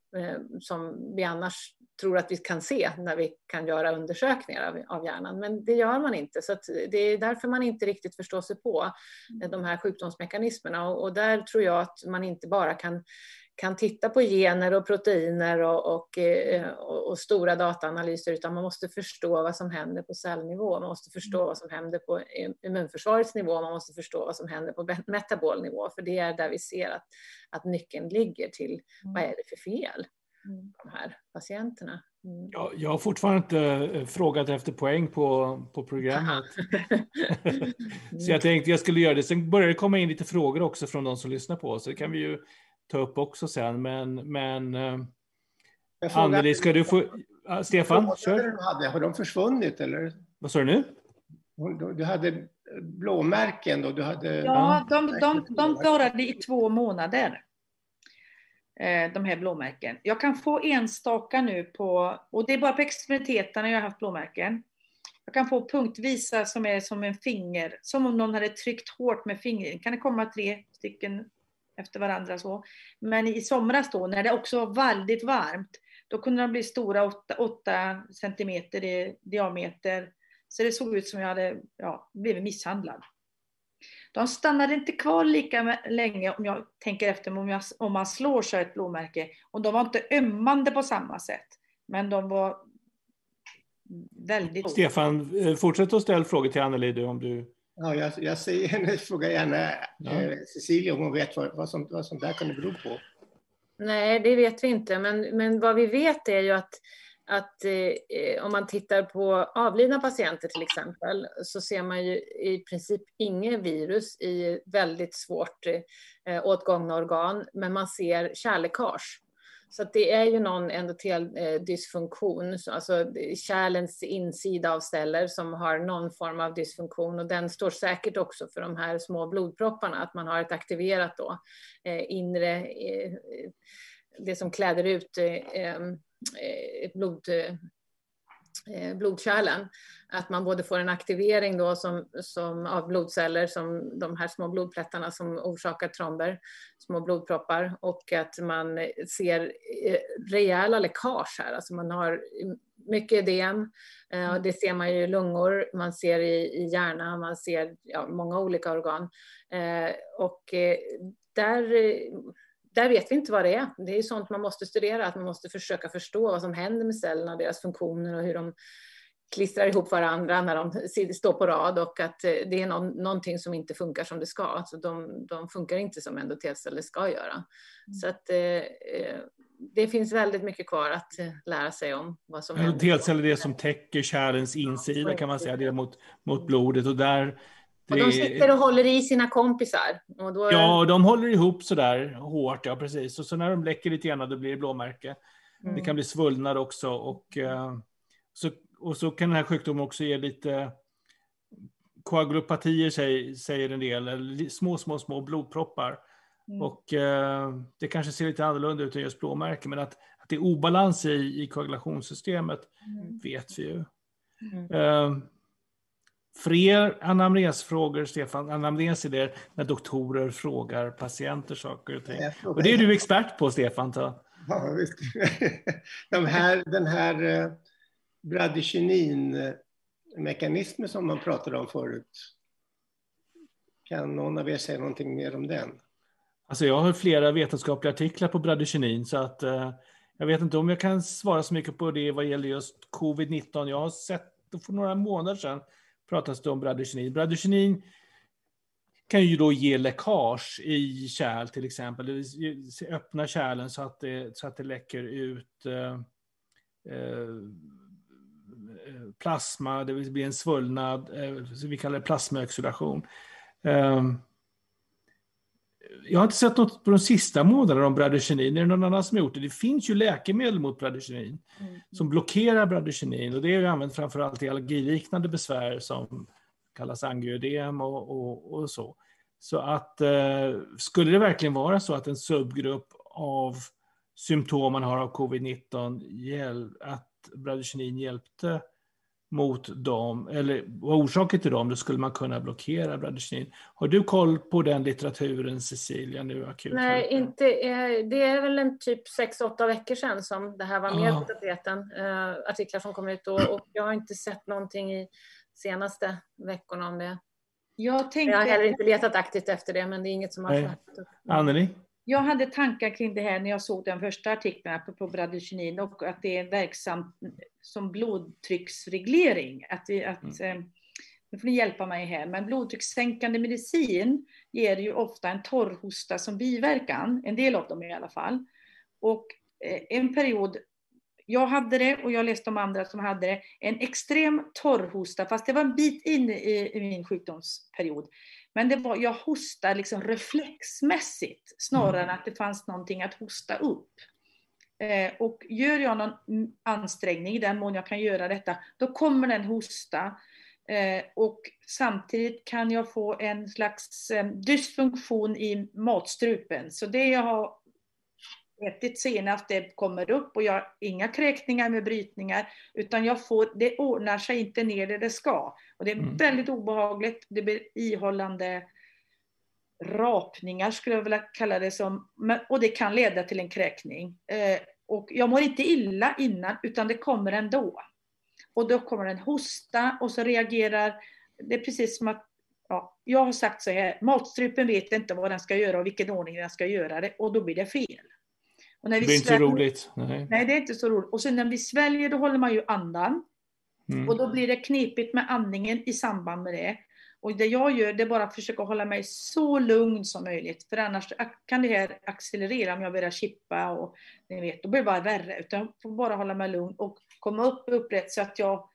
som vi annars tror att vi kan se när vi kan göra undersökningar av, av hjärnan. Men det gör man inte. Så att det är därför man inte riktigt förstår sig på de här sjukdomsmekanismerna. Och, och där tror jag att man inte bara kan kan titta på gener och proteiner och, och, och, och stora dataanalyser, utan man måste förstå vad som händer på cellnivå, man måste förstå vad som händer på immunförsvarets nivå, man måste förstå vad som händer på metabolnivå, för det är där vi ser att, att nyckeln ligger till vad är det för fel på de här patienterna. Mm. Ja, jag har fortfarande inte frågat efter poäng på, på programmet. Så jag tänkte jag skulle göra det. Sen börjar det komma in lite frågor också från de som lyssnar på oss, så det kan vi ju ta upp också sen, men, men uh, Anneli, ska du få... Uh, Stefan, kör. Du hade, har de försvunnit eller? Vad sa du nu? Du, du hade blåmärken då? Du hade... Ja, de, de, de klarade i två månader. Eh, de här blåmärken. Jag kan få enstaka nu på, och det är bara på extremiteterna när jag har haft blåmärken. Jag kan få punktvisa som är som en finger, som om någon hade tryckt hårt med fingret. Kan det komma tre stycken efter varandra så. Men i somras då, när det också var väldigt varmt, då kunde de bli stora, åtta centimeter i diameter. Så det såg ut som jag hade ja, blivit misshandlad. De stannade inte kvar lika länge om jag tänker efter om, jag, om man slår sig ett blåmärke. Och de var inte ömmande på samma sätt. Men de var väldigt... Stefan, fortsätt att ställa frågor till Anneli du, om du... Ja, jag, jag säger henne, frågar gärna ja. eh, Cecilia om hon vet vad, vad, som, vad som där kan bero på. Nej, det vet vi inte. Men, men vad vi vet är ju att, att eh, om man tittar på avlidna patienter till exempel, så ser man ju i princip inget virus i väldigt svårt eh, åtgångna organ, men man ser kärlläckage. Så att det är ju någon endoteldysfunktion, alltså kärlens insida av celler som har någon form av dysfunktion, och den står säkert också för de här små blodpropparna, att man har ett aktiverat då, eh, inre, eh, det som kläder ut eh, eh, blod, eh, blodkärlen, att man både får en aktivering då som, som av blodceller, som de här små blodplättarna som orsakar tromber, små blodproppar, och att man ser rejäla läckage här, alltså man har mycket ödem. Uh, det ser man ju i lungor, man ser i, i hjärnan, man ser ja, många olika organ. Uh, och uh, där, där vet vi inte vad det är. Det är sånt man måste studera, att man måste försöka förstå vad som händer med cellerna, deras funktioner och hur de klistrar ihop varandra när de står på rad, och att det är någon, någonting som inte funkar som det ska. Alltså de, de funkar inte som endotelceller ska göra. Mm. Så att eh, det finns väldigt mycket kvar att lära sig om vad som händer. Endotelceller är det som täcker kärlens insida, kan man säga, det är mot, mot blodet. Och, där, det... och de sitter och håller i sina kompisar. Och då... Ja, de håller ihop sådär hårt, ja precis. Och så när de läcker lite grann, då blir det blåmärke. Mm. Det kan bli svullnad också, och uh, så Och så kan den här sjukdomen också ge lite koagulopatier, säger, säger en del, eller små, små, små blodproppar. Mm. Och eh, det kanske ser lite annorlunda ut än just blåmärken, men att, att det är obalans i, i koagulationssystemet mm. vet vi ju. Mm. Eh, fler anamnesfrågor, Stefan. Anamnes är det när doktorer frågar patienter saker och ting. Och det är du expert på, Stefan. Ta. Ja, visst. De här, den här... Uh... bradykinin-mekanismer som man pratade om förut. Kan någon av er säga någonting mer om den? Alltså jag har flera vetenskapliga artiklar på bradykinin, så att eh, jag vet inte om jag kan svara så mycket på det vad gäller just covid nitton. Jag har sett, för några månader sedan pratas det om bradykinin. Bradykinin kan ju då ge läckage i kärl till exempel. Öppna kärlen så att det, så att det läcker ut eh, eh, plasma, det blir en svullnad, vi kallar det plasmaoxidation. Jag har inte sett något på de sista månaderna om bradykinin. Är det någon annan som har gjort det? Det finns ju läkemedel mot bradykinin mm. som blockerar bradykinin, och det är ju använt framförallt i allergiliknande besvär som kallas angioödem och, och, och så. Så att eh, skulle det verkligen vara så att en subgrupp av symptom man har av covid nitton att bradykinin hjälpte mot dem, eller var orsaken till dem, då skulle man kunna blockera bradykinin. Har du koll på den litteraturen, Cecilia, nu akut? Nej, inte, det är väl en typ sex åtta veckor sedan som det här var med på tapeten, uh, artiklar som kom ut då, och jag har inte sett någonting i senaste veckorna om det. Jag, tänkte... jag har heller inte letat aktivt efter det, men det är inget som har fått upp. Anneli? Jag hade tankar kring det här när jag såg den första artikeln på bradykinin, och att det är verksamt som blodtrycksreglering. Att vi, att, mm. Nu får ni hjälpa mig här, men blodtryckssänkande medicin ger ju ofta en torrhosta som biverkan, en del av dem i alla fall. Och en period, jag hade det och jag läste om andra som hade det, en extrem torrhosta, fast det var en bit in i, i min sjukdomsperiod. Men det var, jag hostade liksom reflexmässigt snarare än att det fanns någonting att hosta upp. Eh, och gör jag någon ansträngning i den mån jag kan göra detta, då kommer den hosta. Eh, och samtidigt kan jag få en slags eh, dysfunktion i matstrupen. Så det jag har ätit senast, det kommer upp, och jag har inga kräkningar med brytningar, utan jag får, det ordnar sig inte ner där det ska. Och det är mm. väldigt obehagligt, det blir ihållande rapningar skulle jag vilja kalla det som, och det kan leda till en kräkning. Eh, och jag mår inte illa innan, utan det kommer ändå. Och då kommer en hosta, och så reagerar, det är precis som att, ja, jag har sagt så här, matstrupen vet inte vad den ska göra och vilken ordning den ska göra det, och då blir det fel. Och när vi det är inte sväljer, så roligt. Nej. nej, det är inte så roligt. Och sen när vi sväljer, då håller man ju andan. Mm. Och då blir det knepigt med andningen i samband med det. Och det jag gör, det är bara att försöka hålla mig så lugn som möjligt. För annars kan det här accelerera om jag börjar chippa, och ni vet, då blir det bara värre. Utan jag får bara hålla mig lugn och komma upp upprätt så att jag...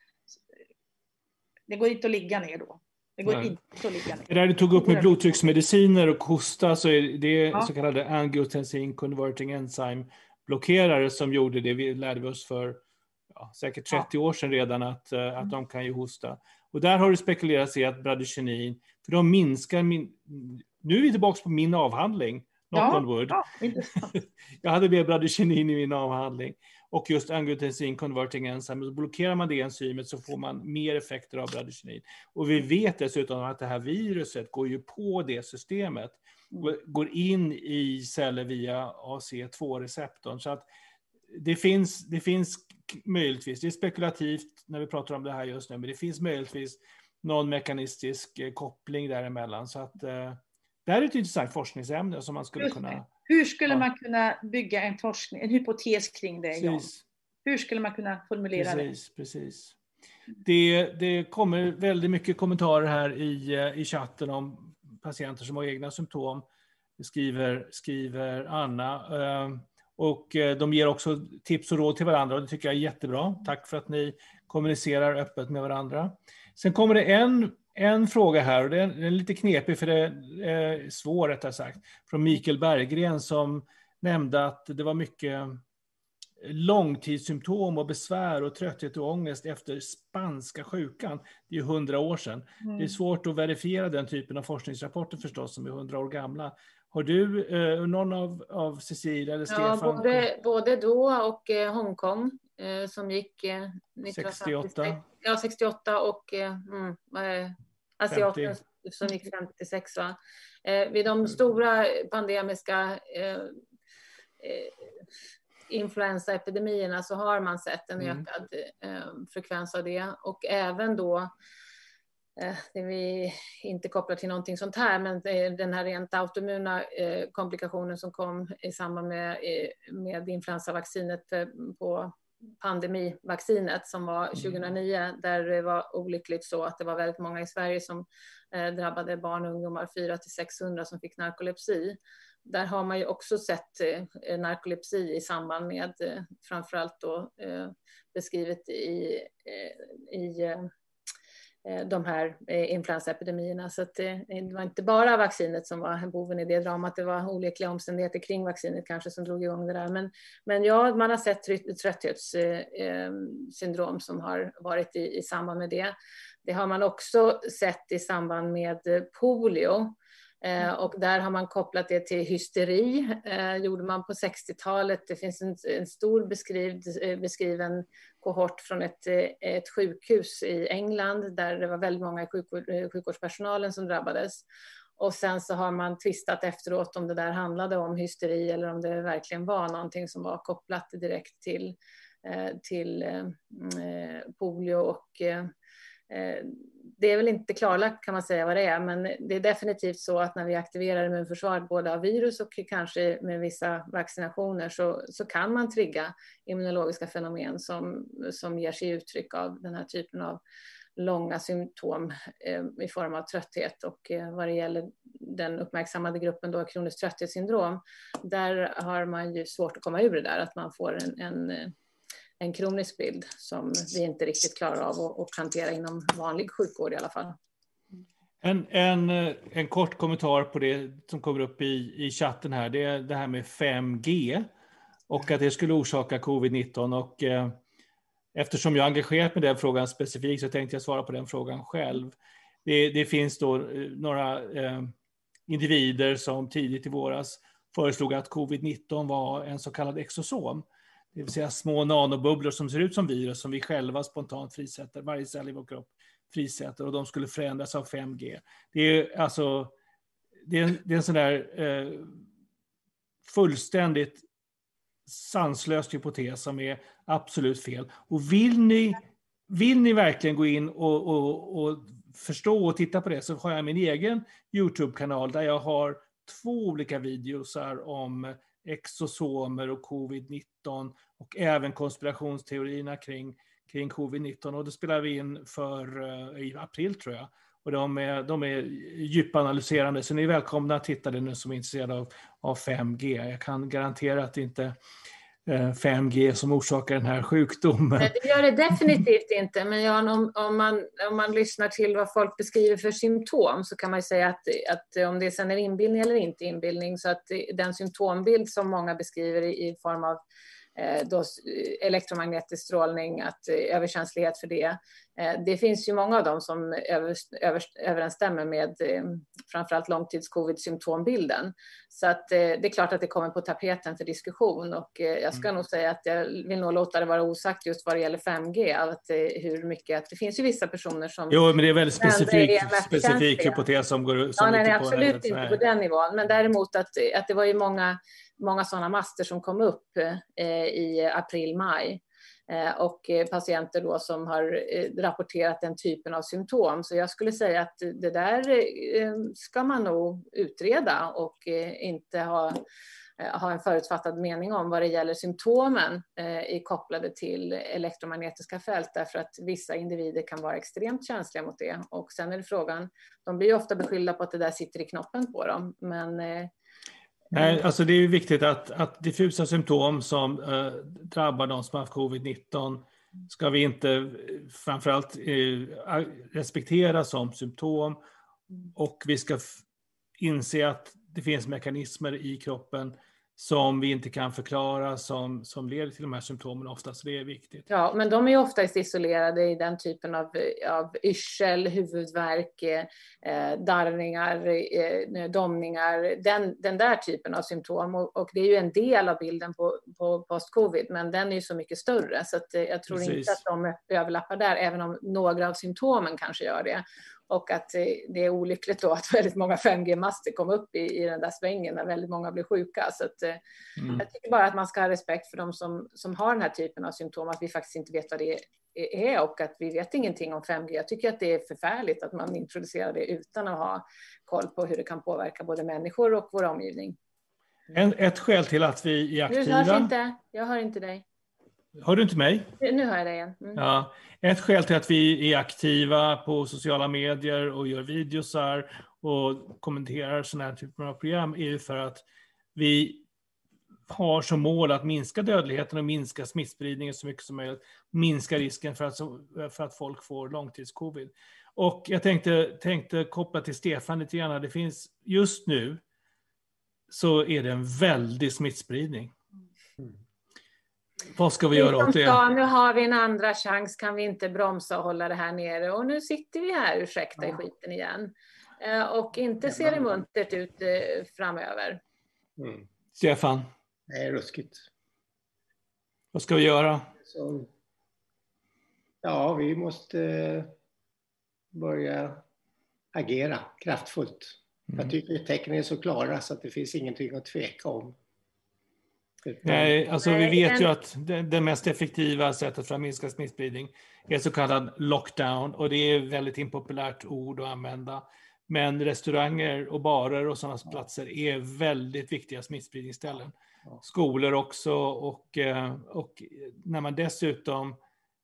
Det går inte att ligga ner då. Det går Nej. inte att ligga ner. Det där du tog upp med blodtrycksmediciner och hosta, så är det ja. så kallade angiotensin converting enzyme blockerare som gjorde det. Vi lärde vi oss för ja, säkert trettio ja. år sedan redan att, mm. att de kan ju hosta. Och där har det spekulerats i att bradykinin, för de minskar min... Nu är vi tillbaka på min avhandling. Knock ja, on wood. Ja, jag hade med bradykinin i min avhandling. Och just angiotensin converting enzyme. Blockerar man det enzymet så får man mer effekter av bradykinin. Och vi vet dessutom att det här viruset går ju på det systemet. Och går in i celler via A C E två receptorn. Så att det finns, det finns möjligtvis, det är spekulativt när vi pratar om det här just nu, men det finns möjligtvis någon mekanistisk koppling däremellan. Så att eh, det här är ett intressant forskningsämne som man skulle kunna... Hur skulle ja. man kunna bygga en forskning, en hypotes kring det, Jan? Precis. Hur skulle man kunna formulera precis, det? Precis. Det, det kommer väldigt mycket kommentarer här i, i chatten om patienter som har egna symptom. Det skriver, skriver Anna. Och de ger också tips och råd till varandra och det tycker jag är jättebra. Tack för att ni kommunicerar öppet med varandra. Sen kommer det en, en fråga här och den är lite knepig för det är svår rättare sagt. Från Mikael Berggren som nämnde att det var mycket långtidssymptom och besvär och trötthet och ångest efter spanska sjukan. Det är ju hundra år sedan. Mm. Det är svårt att verifiera den typen av forskningsrapporter förstås som är hundra år gamla. Har du eh, någon av, av Cecilia eller Stefan? Ja, både, både då och eh, Hongkong eh, som gick eh, sextioåtta. Ja, sextioåtta och eh, eh, asiaten som gick femtiosex. Va? Eh, vid de stora pandemiska eh, eh, influensaepidemierna så har man sett en mm. ökad eh, frekvens av det. Och även då, eh, det vi inte kopplar till någonting sånt här, men den här rent autoimmuna eh, komplikationen som kom i samband med, eh, med influensavaccinet på pandemivaccinet som var tjugohundranio, mm. där det var olyckligt så att det var väldigt många i Sverige som eh, drabbade barn och ungdomar, fyra till sexhundra som fick narkolepsi. Där har man ju också sett eh, narkolepsi i samband med eh, framförallt då eh, beskrivet i, eh, i eh, de här eh, influensaepidemierna. Så att, eh, det var inte bara vaccinet som var boven i det dramat, det var olyckliga omständigheter kring vaccinet kanske som drog igång det där. Men, men ja, man har sett trötthetssyndrom eh, som har varit i, i samband med det. Det har man också sett i samband med polio. Eh, och där har man kopplat det till hysteri, eh, gjorde man på sextiotalet. Det finns en, en stor beskriv, beskriven kohort från ett, ett sjukhus i England där det var väldigt många i sjukvård, sjukvårdspersonalen som drabbades. Och sen så har man tvistat efteråt om det där handlade om hysteri eller om det verkligen var någonting som var kopplat direkt till, eh, till eh, polio och eh, det är väl inte klarlagt kan man säga vad det är, men det är definitivt så att när vi aktiverar immunförsvaret både av virus och kanske med vissa vaccinationer så, så kan man trigga immunologiska fenomen som, som ger sig uttryck av den här typen av långa symptom eh, i form av trötthet. Och eh, vad det gäller den uppmärksammade gruppen då kroniskt trötthetssyndrom, där har man ju svårt att komma ur det där, att man får en, en en kronisk bild som vi inte riktigt klarar av att, att hantera inom vanlig sjukvård i alla fall. En, en, en kort kommentar på det som kommer upp i, i chatten här, det är det här med fem G och att det skulle orsaka covid nitton. Och, eh, eftersom jag är engagerat med den frågan specifikt så tänkte jag svara på den frågan själv. Det, det finns då några eh, individer som tidigt i våras föreslog att covid nitton var en så kallad exosom. Det vill säga små nanobubblor som ser ut som virus som vi själva spontant frisätter. Varje cell i vår kropp frisätter och de skulle förändras av fem G. Det är alltså det är en, det är en sån där eh, fullständigt sanslös hypotes som är absolut fel. Och vill ni, vill ni verkligen gå in och, och, och förstå och titta på det så har jag min egen YouTube-kanal där jag har två olika videosar om exosomer och covid nitton och även konspirationsteorierna kring, kring covid nitton. Och det spelar vi in för uh, i april tror jag. Och de är, de är djupanalyserande så ni är välkomna att titta det nu som är intresserade av, av fem G. Jag kan garantera att det inte är fem G som orsakar den här sjukdomen. Nej, det gör det definitivt inte. Men ja, om, om, man, om man lyssnar till vad folk beskriver för symptom så kan man ju säga att, att om det sen är inbildning eller inte inbildning, så att den symptombild som många beskriver i, i form av eh, då, elektromagnetisk strålning, att eh, överkänslighet för det, Det finns ju många av dem som över, över, överensstämmer med eh, framförallt långtids-covid-symptombilden. Så att, eh, det är klart att det kommer på tapeten för diskussion, och eh, jag ska mm. nog säga att jag vill nog låta det vara osagt just vad det gäller fem G. Att, eh, hur mycket, att det finns ju vissa personer som... Jo, men det är väldigt specifik, specifik hypotes som går som ja, nej, nej, på absolut inte på den nivån. Men däremot att, att det var ju många, många sådana master som kom upp eh, i april-maj. Och patienter då som har rapporterat den typen av symptom. Så jag skulle säga att det där ska man nog utreda och inte ha, ha en förutfattad mening om vad det gäller symptomen i kopplade till elektromagnetiska fält. Därför att vissa individer kan vara extremt känsliga mot det. Och sen är det frågan, de blir ju ofta beskyllda på att det där sitter i knoppen på dem. Men... Nej, alltså det är ju viktigt att, att diffusa symptom som eh, drabbar de som har haft covid nitton ska vi inte framförallt eh, respektera som symptom, och vi ska f- inse att det finns mekanismer i kroppen som vi inte kan förklara som, som leder till de här symptomen ofta, så det är viktigt. Ja, men de är ju oftast isolerade i den typen av, av yrsel, huvudvärk, eh, darrningar, eh, domningar, den, den där typen av symptom. Och, och det är ju en del av bilden på, på post-covid, men den är ju så mycket större, så att, eh, jag tror Precis. inte att de överlappar där, även om några av symptomen kanske gör det. Och att det är olyckligt då att väldigt många fem G-master kom upp i, i den där svängen när väldigt många blir sjuka. Så att, mm. jag tycker bara att man ska ha respekt för de som, som har den här typen av symptom, att vi faktiskt inte vet vad det är och att vi vet ingenting om fem G. Jag tycker att det är förfärligt att man introducerar det utan att ha koll på hur det kan påverka både människor och vår omgivning. En, ett skäl till att vi är aktiva... Du hörs inte, jag hör inte dig. Hör du inte mig? Nu hör jag dig igen. Mm. Ja. Ett skäl till att vi är aktiva på sociala medier och gör videosar och kommenterar sådana här typer av program är ju för att vi har som mål att minska dödligheten och minska smittspridningen så mycket som möjligt. Minska risken för att, för att folk får långtidscovid. Och jag tänkte, tänkte koppla till Stefan lite grann. Det finns just nu så är det en väldig smittspridning. Mm. Vad ska vi göra åt det? Sa, nu har vi en andra chans, kan vi inte bromsa och hålla det här nere? Och nu sitter vi här, ursäkta, i skiten igen. Och inte ser det muntert ut framöver. Mm. Stefan? Det är ruskigt. Vad ska vi göra? Så, ja, vi måste börja agera kraftfullt. Mm. Jag tycker att tecknen är så klara så att det finns ingenting att tveka om. Nej, alltså vi vet ju att det, det mest effektiva sättet för att minska smittspridning är så kallad lockdown, och det är ett väldigt impopulärt ord att använda. Men restauranger och barer och sådana platser är väldigt viktiga smittspridningsställen. Skolor också, och, och när man dessutom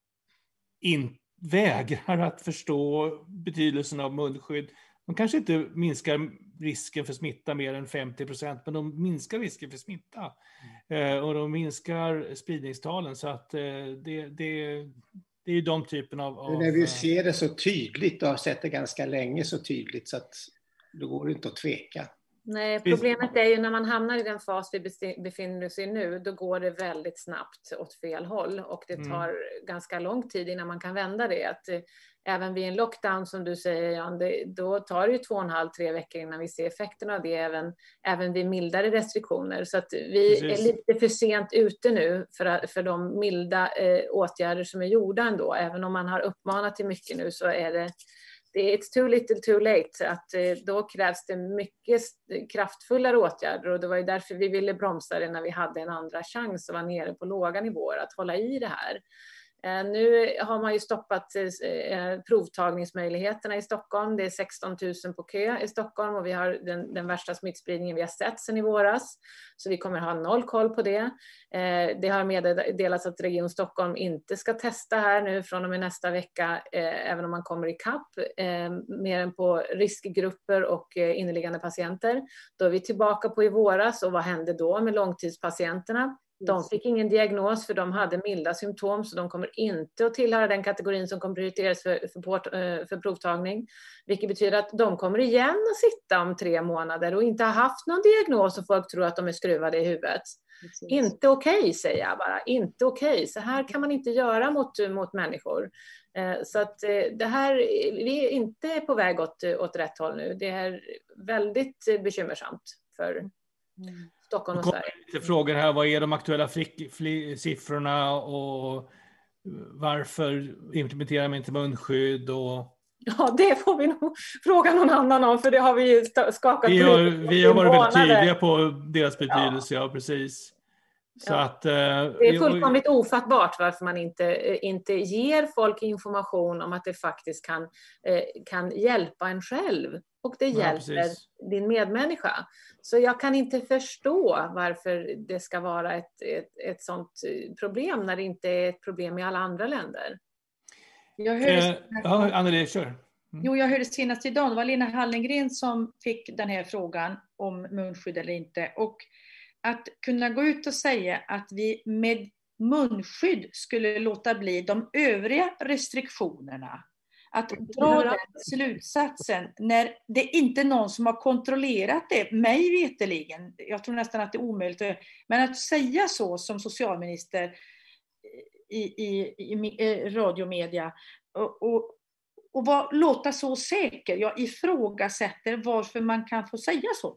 in, vägrar att förstå betydelsen av munskydd. De kanske inte minskar risken för smitta mer än femtio procent, men de minskar risken för smitta. Mm. Eh, och de minskar spridningstalen, så att eh, det, det, det är ju de typen av... av när vi ser det så tydligt och har sett det ganska länge så tydligt, så att då går det inte att tveka. Nej, problemet är ju när man hamnar i den fas vi befinner oss i nu, då går det väldigt snabbt åt fel håll, och det tar mm. ganska lång tid innan man kan vända det. Att, eh, även vid en lockdown, som du säger, Jan, det, då tar det ju två och en halv, tre veckor innan vi ser effekterna av det, även, även vid mildare restriktioner. Så att vi Precis. är lite för sent ute nu för, för de milda eh, åtgärder som är gjorda ändå. Även om man har uppmanat till mycket nu, så är det Det är it's too little too late, att eh, då krävs det mycket kraftfullare åtgärder, och det var ju därför vi ville bromsa det när vi hade en andra chans och var nere på låga nivåer, att hålla i det här. Eh, nu har man ju stoppat eh, provtagningsmöjligheterna i Stockholm. Det är sexton tusen på kö i Stockholm, och vi har den, den värsta smittspridningen vi har sett sedan i våras. Så vi kommer ha noll koll på det. Eh, det har meddelats att Region Stockholm inte ska testa här nu från och med nästa vecka, eh, även om man kommer i kapp, eh, mer än på riskgrupper och eh, inneliggande patienter. Då är vi tillbaka på i våras, och vad hände då med långtidspatienterna? De fick ingen diagnos, för de hade milda symptom, så de kommer inte att tillhöra den kategorin som kommer prioriteras för, för, för provtagning. Vilket betyder att de kommer igen att sitta om tre månader och inte ha haft någon diagnos, och folk tror att de är skruvade i huvudet. Precis. Inte okej, okay, säger jag bara. Inte okej. Okay. Så här kan man inte göra mot, mot människor. Så att det här, vi är inte på väg åt, åt rätt håll nu. Det är väldigt bekymmersamt för mm. Stockholm och Sverige. Lite frågor här, vad är de aktuella flick, fli, siffrorna och varför implementerar man inte munskydd? Och... Ja, det får vi nog fråga någon annan om, för det har vi ju skakat. Vi har, vi har varit väldigt tydliga på deras betydelse, ja, ja precis. Så ja. Att, eh, det är fullkomligt ofattbart varför man inte, inte ger folk information om att det faktiskt kan, eh, kan hjälpa en själv. Och det ja, hjälper precis. din medmänniska. Så jag kan inte förstå varför det ska vara ett, ett, ett sånt problem när det inte är ett problem i alla andra länder. Jag hörde eh, ja, Anneli, kör. Mm. Jo, jag hörde senast idag, det var Lena Hallengren som fick den här frågan om munskydd eller inte. Och att kunna gå ut och säga att vi med munskydd skulle låta bli de övriga restriktionerna. Att dra den slutsatsen när det inte är någon som har kontrollerat det, mig veteligen. Jag tror nästan att det är omöjligt. Men att säga så som socialminister i, i, i radiomedia och, och, och var, låta så säker. Jag ifrågasätter varför man kan få säga så.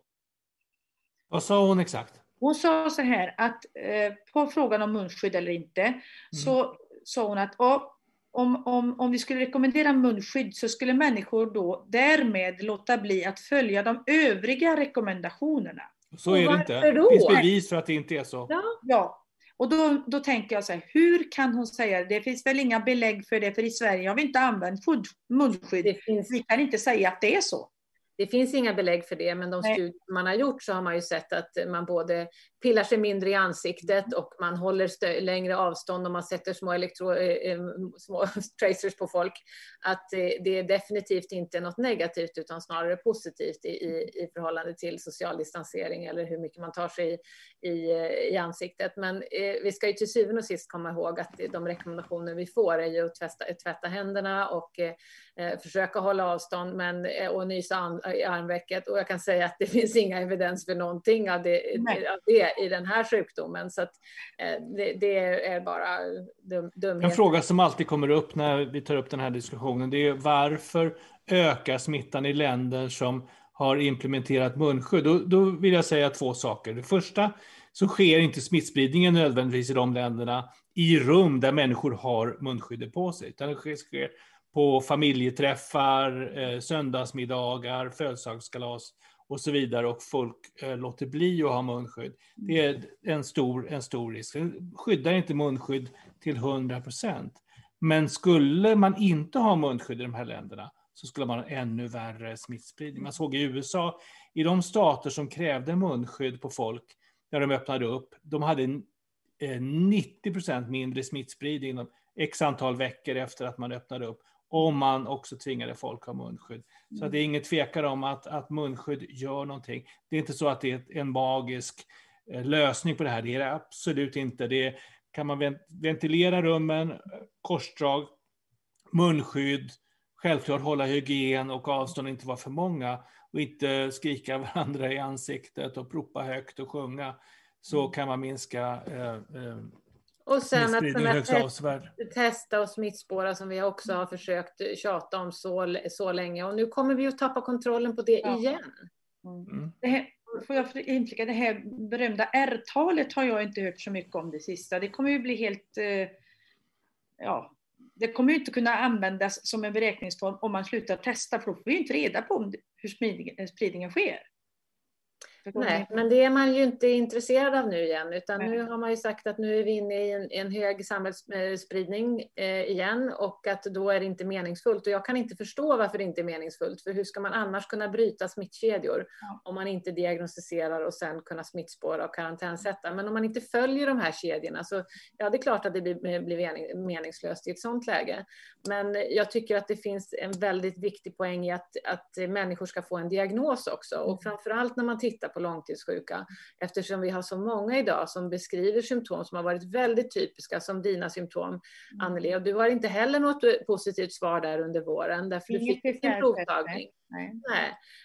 Vad sa hon exakt? Hon sa så här att eh, på frågan om munskydd eller inte mm. så sa hon att oh, om, om, om vi skulle rekommendera munskydd så skulle människor då därmed låta bli att följa de övriga rekommendationerna. Så är det inte. Det finns bevis för att det inte är så. Ja, ja. Och då, då tänker jag så här, hur kan hon säga det? Det finns väl inga belägg för det, för i Sverige har vi inte använt munskydd. Det finns... Vi kan inte säga att det är så. Det finns inga belägg för det, men de Nej. studier man har gjort så har man ju sett att man både pillar sig mindre i ansiktet och man håller stö- längre avstånd och man sätter små, elektro- eh, små tracers på folk. Att eh, det är definitivt inte något negativt utan snarare positivt i, i, i förhållande till social distansering eller hur mycket man tar sig i, i, i ansiktet. Men eh, vi ska ju till syvende och sist komma ihåg att de rekommendationer vi får är ju att tvätta, tvätta händerna och eh, försöka hålla avstånd men, och nysa an, i armvecket. Och jag kan säga att det finns inga evidens för någonting av det, av det i den här sjukdomen. Så att, eh, det, det är bara dum, dumhet. En fråga som alltid kommer upp när vi tar upp den här diskussionen, det är varför ökar smittan i länder som har implementerat munskydd? Då, då vill jag säga två saker. Det första, så sker inte smittspridningen nödvändigtvis i de länderna i rum där människor har munskyddet på sig. Utan det sker på familjeträffar, eh, söndagsmiddagar, födelsedagskalas och så vidare, och folk eh, låter bli att ha munskydd. Det är en stor, en stor risk. Det skyddar inte munskydd till hundra procent. Men skulle man inte ha munskydd i de här länderna så skulle man ha ännu värre smittspridning. Man såg i U S A, i de stater som krävde munskydd på folk när de öppnade upp, de hade eh, nittio procent mindre smittspridning inom x antal veckor efter att man öppnade upp, om man också tvingade folk att ha munskydd. Så att det är inget tvekan om att, att munskydd gör någonting. Det är inte så att det är en magisk eh, lösning på det här. Det är det absolut inte. Det är, kan man ventilera rummen, korsdrag, munskydd, självklart hålla hygien och avstånd, inte vara för många och inte skrika varandra i ansiktet och ropa högt och sjunga, så kan man minska eh, eh, och sen att kunna testa och smittspåra som vi också har försökt tjata om så, så länge. Och nu kommer vi att tappa kontrollen på det ja. igen. Mm. Det här, får jag inflika, det här berömda R-talet har jag inte hört så mycket om det sista. Det kommer ju bli helt... Eh, ja, det kommer ju inte kunna användas som en beräkningsform om man slutar testa. För då får vi inte reda på om, hur spridningen, spridningen sker. Nej, men det är man ju inte intresserad av nu igen, utan Nej. nu har man ju sagt att nu är vi inne i en, en hög samhällsspridning eh, igen, och att då är det inte meningsfullt. Och jag kan inte förstå varför det inte är meningsfullt, för hur ska man annars kunna bryta smittkedjor ja. om man inte diagnostiserar och sen kunna smittspåra och karantänsätta. Men om man inte följer de här kedjorna så ja, det är klart att det blir, blir meningslöst i ett sånt läge. Men jag tycker att det finns en väldigt viktig poäng i att, att människor ska få en diagnos också, och framförallt när man tittar på långtidssjuka, eftersom vi har så många idag som beskriver symptom som har varit väldigt typiska, som dina symptom, mm. Anneli, och du har inte heller något positivt svar där under våren, därför du fick en provtagning. Nej. Nej.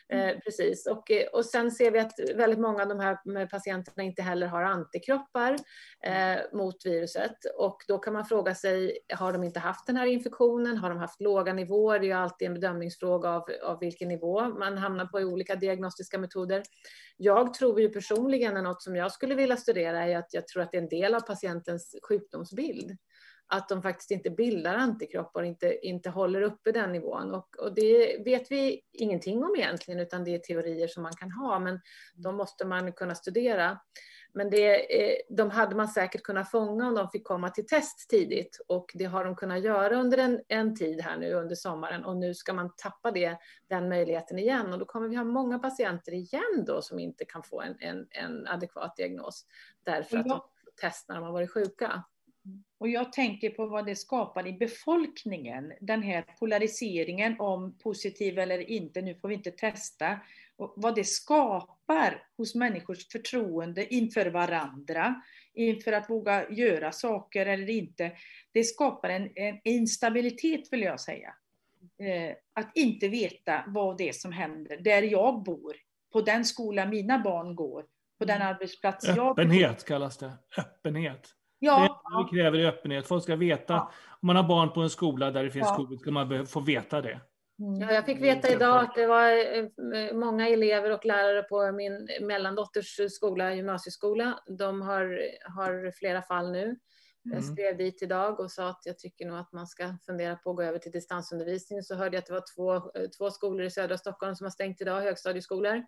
Eh, precis. Och, och sen ser vi att väldigt många av de här patienterna inte heller har antikroppar eh, mot viruset. Och då kan man fråga sig, har de inte haft den här infektionen? Har de haft låga nivåer? Det är ju alltid en bedömningsfråga av, av vilken nivå man hamnar på i olika diagnostiska metoder. Jag tror ju personligen, något som jag skulle vilja studera är att jag tror att det är en del av patientens sjukdomsbild. Att de faktiskt inte bildar antikroppar och inte, inte håller uppe den nivån. Och, och det vet vi ingenting om egentligen, utan det är teorier som man kan ha, men de måste man kunna studera. Men det, de hade man säkert kunnat fånga om de fick komma till test tidigt, och det har de kunnat göra under en, en tid här nu under sommaren, och nu ska man tappa det, den möjligheten igen, och då kommer vi ha många patienter igen då som inte kan få en, en, en adekvat diagnos därför att de testar när de har varit sjuka. Och jag tänker på vad det skapar i befolkningen, den här polariseringen om positiv eller inte, nu får vi inte testa, och vad det skapar hos människors förtroende inför varandra, inför att våga göra saker eller inte. Det skapar en, en instabilitet, vill jag säga. Eh, att inte veta vad det är som händer där jag bor, på den skola mina barn går, på den arbetsplats jag... Öppenhet kallas det, öppenhet. Ja, det vi kräver är öppenhet. Folk ska veta, ja. Om man har barn på en skola där det finns ja. covid, ska man få veta det. Ja, jag fick veta idag att det var många elever och lärare på min mellandotters skola, gymnasieskola. De har, har flera fall nu. Jag skrev dit idag och sa att jag tycker nog att man ska fundera på att gå över till distansundervisning. Så hörde jag att det var två, två skolor i södra Stockholm som har stängt idag, högstadieskolor.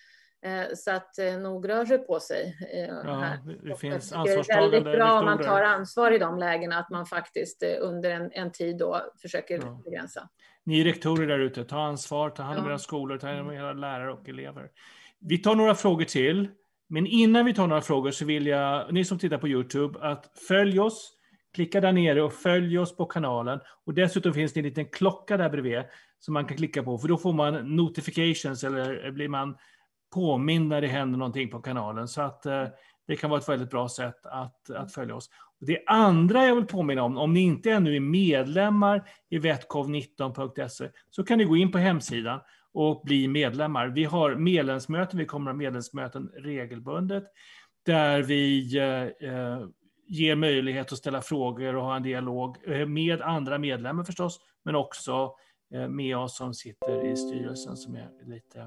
Så att eh, nog rör sig på sig eh, ja, här. Det finns det är väldigt bra om man tar rektorer. ansvar i de lägena, att man faktiskt eh, under en, en tid då försöker ja. begränsa. Ni rektorer där ute, ta ansvar, ta hand om ja. era skolor, ta hand om era lärare och elever. Vi tar några frågor till, men innan vi tar några frågor så vill jag, ni som tittar på YouTube, att följ oss, klicka där nere och följ oss på kanalen. Och dessutom finns det en liten klocka där bredvid som man kan klicka på, för då får man notifications eller blir man påminn när det händer någonting på kanalen, så att eh, det kan vara ett väldigt bra sätt att, att följa oss. Och det andra jag vill påminna om, om ni inte ännu är medlemmar i vetcov nitton punkt se, så kan ni gå in på hemsidan och bli medlemmar. Vi har medlemsmöten, vi kommer att ha medlemsmöten regelbundet, där vi eh, ger möjlighet att ställa frågor och ha en dialog med andra medlemmar förstås, men också eh, med oss som sitter i styrelsen som är lite...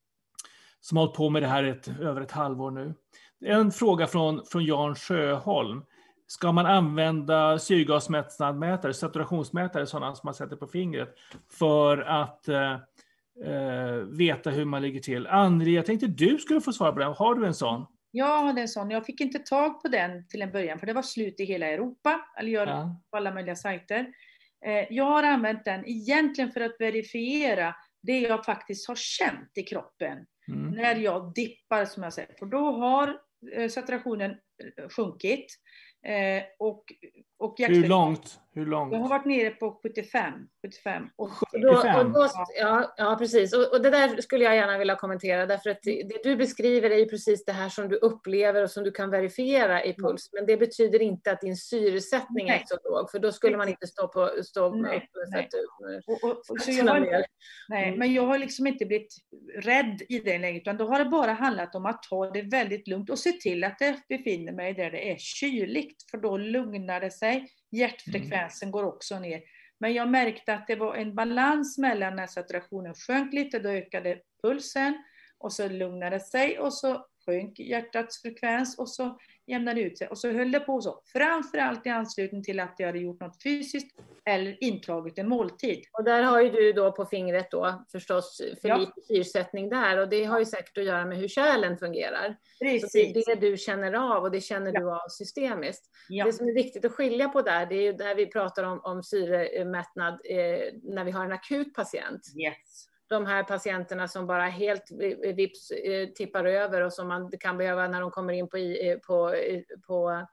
som har hållit på med det här ett, över ett halvår nu. En fråga från, från Jan Sjöholm. Ska man använda syrgasmätare, saturationsmätare, sådana som man sätter på fingret, för att eh, eh, veta hur man ligger till? André, jag tänkte du skulle få svara på den. Har du en sån? Jag hade en sån. Jag fick inte tag på den till en början, för det var slut i hela Europa. Eller gör ja. på alla möjliga sajter. Eh, jag har använt den egentligen för att verifiera det jag faktiskt har känt i kroppen. Mm. När jag dippar, som jag säger. För då har eh, saturationen sjunkit. Eh, och, och Hur långt? Hur långt? Jag har varit nere på sjuttiofem. sjuttiofem, och sjuttiofem. Och då, och då, ja, ja, precis. Och, och det där skulle jag gärna vilja kommentera. Därför att det du beskriver är ju precis det här som du upplever och som du kan verifiera i puls. Men det betyder inte att din syresättning Nej. är så låg. För då skulle man inte stå på stå Nej. upp. Så att, och, och, och, så jag har, Nej, men jag har liksom inte blivit rädd i det läget. Utan då har det bara handlat om att ta det väldigt lugnt och se till att det befinner mig där det är kyligt. För då lugnar det sig. Hjärtfrekvensen mm. går också ner. Men jag märkte att det var en balans mellan när saturationen sjönk lite, då ökade pulsen och så lugnade det sig och så sjönk hjärtats frekvens och så jämnade ut sig och så höll det på så. Framförallt i anslutning till att jag hade gjort något fysiskt eller intagit en måltid. Och där har ju du då på fingret då förstås för ja. lite syrsättning där, och det har ju säkert att göra med hur kärlen fungerar. Precis. Så det är det du känner av och det känner ja. du av systemiskt. Ja. Det som är viktigt att skilja på där, det är ju där vi pratar om, om syremättnad eh, när vi har en akut patient. Yes. De här patienterna som bara helt vips tippar över och som man kan behöva när de kommer in på, på, på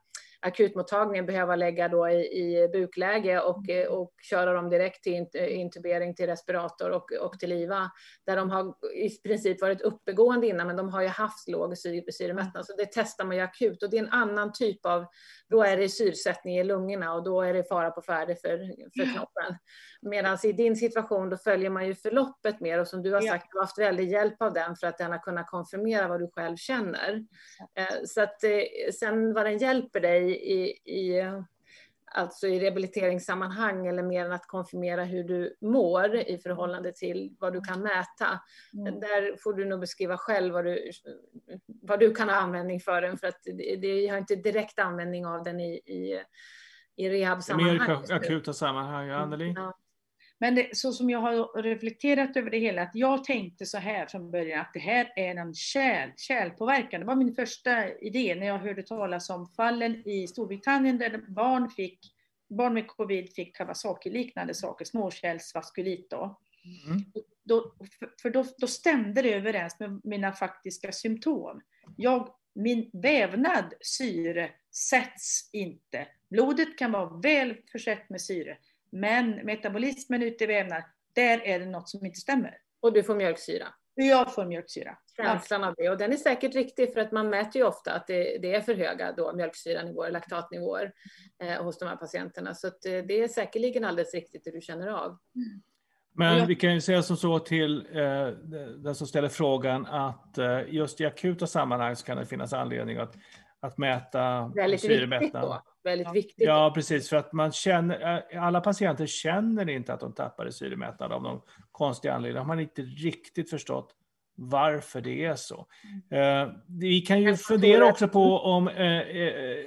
akutmottagningen behöva lägga då i, i bukläge och, och köra dem direkt till intubering, till respirator och, och till I V A. Där de har i princip varit uppegående innan, men de har ju haft låg syremättnad. Så det testar man ju akut, och det är en annan typ av, då är det syresättning i lungorna och då är det fara på färde för, för knoppen. Medan i din situation då följer man ju förloppet mer, och som du har sagt, du har haft väldigt hjälp av den för att den har kunnat konfirmera vad du själv känner. Så att sen vad den hjälper dig i, i, alltså i rehabiliteringssammanhang eller mer än att konfirmera hur du mår i förhållande till vad du kan mäta. Mm. Där får du nog beskriva själv vad du, vad du kan ha användning för den, för att det, det har inte direkt användning av den i, i, i rehabsammanhang. Mer akuta sammanhang, Anneli? Ja. Men det, så som jag har reflekterat över det hela, att jag tänkte så här från början, att det här är en kärl, kärlpåverkan. Det var min första idé när jag hörde talas om fallen i Storbritannien där barn, fick, barn med covid fick Kawasaki-liknande saker, småkärlsvaskulit då. Mm. då för för då, då stämde det överens med mina faktiska symptom. Jag, min vävnad syresätts inte. Blodet kan vara väl försett med syre. Men metabolismen ute i vävnad, där är det något som inte stämmer. Och du får mjölksyra. Jag får mjölksyra. Känslan av det. Och den är säkert riktig, för att man mäter ju ofta att det, det är för höga då mjölksyranivåer, laktatnivåer eh, hos de här patienterna. Så att, eh, det är säkerligen alldeles riktigt det du känner av. Mm. Men jag... vi kan ju säga som så till eh, den som ställer frågan att eh, just i akuta sammanhang så kan det finnas anledning att, att mäta syremättnad. Väldigt viktigt. Ja, precis. För att man känner, alla patienter känner inte att de tappar i syremättnad av någon konstig anledning. Har man inte riktigt förstått varför det är så. Mm. Eh, vi kan ju fundera också på om eh, eh,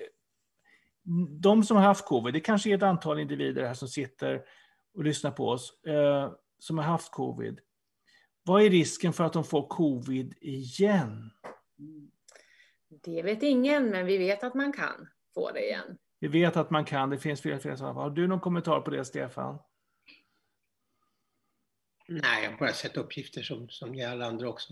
de som har haft covid, det kanske är ett antal individer här som sitter och lyssnar på oss, eh, som har haft covid. Vad är risken för att de får covid igen? Det vet ingen, men vi vet att man kan få det igen. Vi vet att man kan, det finns flera, flera sådana. Har du någon kommentar på det, Stefan? Nej, jag har bara sett uppgifter som, som ni alla andra också.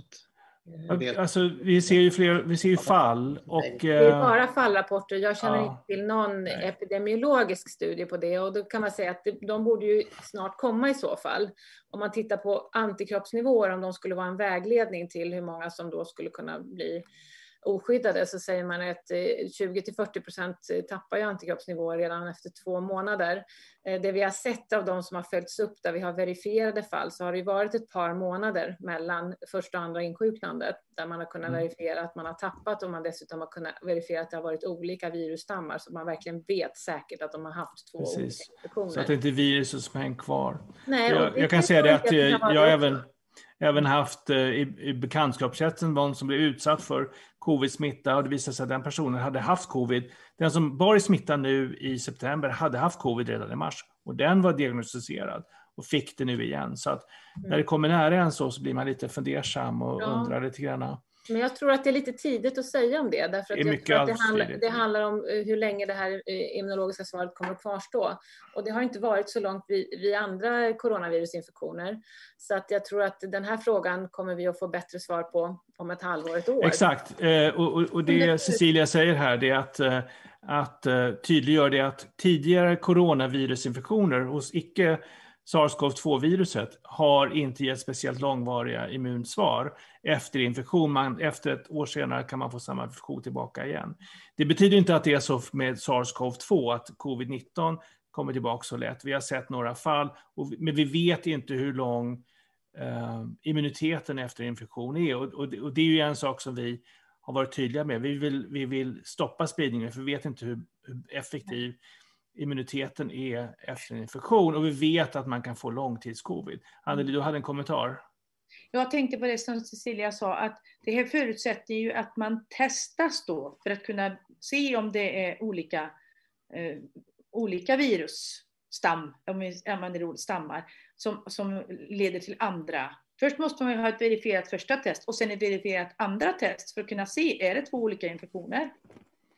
Vet. Alltså, vi ser ju fler, vi ser ju fall. Och, det är bara fallrapporter. Jag känner ja, inte till någon nej. epidemiologisk studie på det. Och då kan man säga att de borde ju snart komma i så fall. Om man tittar på antikroppsnivåer, om de skulle vara en vägledning till hur många som då skulle kunna bli oskyddade, så säger man att tjugo till fyrtio procent tappar ju antikroppsnivåer redan efter två månader. Det vi har sett av de som har följts upp där vi har verifierade fall, så har det varit ett par månader mellan första och andra insjuknandet där man har kunnat mm. verifiera att man har tappat, och man dessutom har kunnat verifiera att det har varit olika virusstammar, så man verkligen vet säkert att de har haft två Precis. olika infektioner. Så att det inte är viruset som hänger kvar. Nej, jag, jag kan säga det att jag, jag även även haft eh, i, i bekantskapskretsen någon som blev utsatt för covid-smitta, och det visade sig att den personen hade haft covid. Den som var i smitta nu i september hade haft covid redan i mars, och den var diagnostiserad och fick det nu igen. Så att mm. när det kommer nära en så, så blir man lite fundersam och ja. undrar lite grann. Men jag tror att det är lite tidigt att säga om det. Därför att det, är jag tror att det, handlar, tidigt. det handlar om hur länge det här immunologiska svaret kommer att kvarstå. Och det har inte varit så långt vid, vid andra coronavirusinfektioner. Så att jag tror att den här frågan kommer vi att få bättre svar på om ett halvår, ett år. Exakt. Eh, och, och det Cecilia säger här, det är att, eh, att eh, tydliggör det att tidigare coronavirusinfektioner hos icke SARS-CoV två-viruset har inte gett speciellt långvariga immunsvar efter infektion. Man, efter ett år senare kan man få samma infektion tillbaka igen. Det betyder inte att det är så med SARS-CoV två, att covid nitton kommer tillbaka så lätt. Vi har sett några fall, och, men vi vet inte hur lång eh, immuniteten efter infektion är. Och, och, och det är ju en sak som vi har varit tydliga med. Vi vill, vi vill stoppa spridningen, för vi vet inte hur, hur effektiv immuniteten är efter en infektion, och vi vet att man kan få långtidscovid. Anneli, du hade en kommentar. Jag tänkte på det som Cecilia sa, att det här förutsätter ju att man testas då för att kunna se om det är olika, eh, olika virusstam, om vi använder ordet stammar, som, som leder till andra. Först måste man ju ha ett verifierat första test och sen ett verifierat andra test för att kunna se, är det två olika infektioner?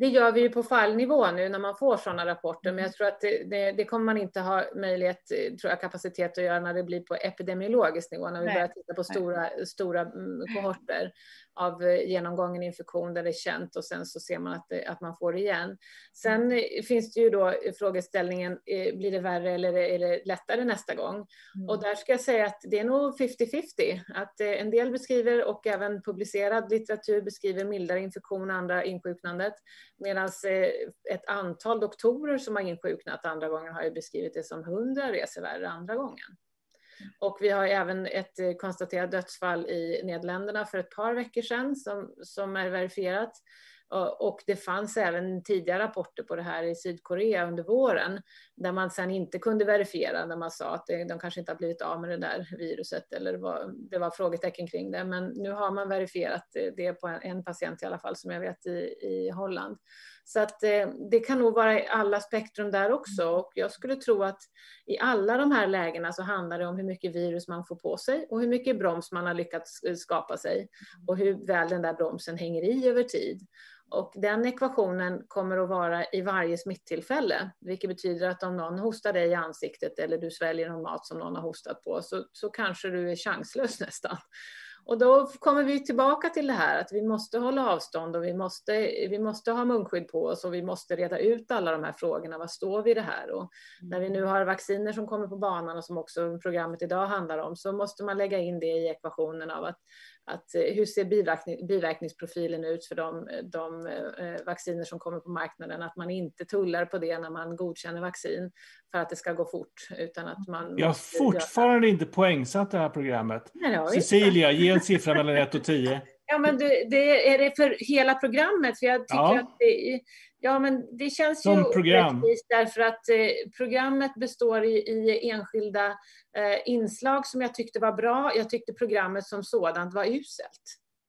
Det gör vi ju på fallnivå nu när man får sådana rapporter, men jag tror att det, det, det kommer man inte ha möjlighet, tror jag, kapacitet att göra när det blir på epidemiologisk nivå, när vi Nej. börjar titta på stora, stora kohorter av genomgången infektion där det är känt och sen så ser man att, det, att man får det igen. Sen mm. finns det ju då frågeställningen, blir det värre eller är det lättare nästa gång? Mm. Och där ska jag säga att det är nog femtio femtio, att en del beskriver och även publicerad litteratur beskriver mildare infektion, andra insjuknandet. Medan ett antal doktorer som har insjuknat andra gången har ju beskrivit det som hundra reser värre andra gången. Och vi har även ett konstaterat dödsfall i Nederländerna för ett par veckor sedan som, som är verifierat. Och det fanns även tidigare rapporter på det här i Sydkorea under våren, där man sen inte kunde verifiera, där man sa att de kanske inte har blivit av med det där viruset, eller det var, det var frågetecken kring det. Men nu har man verifierat det på en, en patient i alla fall, som jag vet, i, i Holland. Så att eh, det kan nog vara i alla spektrum där också. Och jag skulle tro att i alla de här lägena så handlar det om hur mycket virus man får på sig och hur mycket broms man har lyckats skapa sig och hur väl den där bromsen hänger i över tid. Och den ekvationen kommer att vara i varje smittillfälle, vilket betyder att om någon hostar dig i ansiktet eller du sväljer någon mat som någon har hostat på, så, så kanske du är chanslös nästan. Och då kommer vi tillbaka till det här att vi måste hålla avstånd och vi måste, vi måste ha munskydd på oss och vi måste reda ut alla de här frågorna. Vad står vi i det här? Och när vi nu har vacciner som kommer på banan och som också programmet idag handlar om, så måste man lägga in det i ekvationen av att, att hur ser biverkning, biverkningsprofilen ut för de, de eh, vacciner som kommer på marknaden. Att man inte tullar på det när man godkänner vaccin för att det ska gå fort. Utan att man Jag har fortfarande göra... inte poängsatt det här programmet. Nej, Cecilia, ge en siffra mellan ett och tio. Ja, men det, det är det för hela programmet. För jag tycker ja. att det, ja, men det känns Som ju program. rättvist därför att eh, programmet består i, i enskilda eh, inslag som jag tyckte var bra. Jag tyckte programmet som sådant var uselt.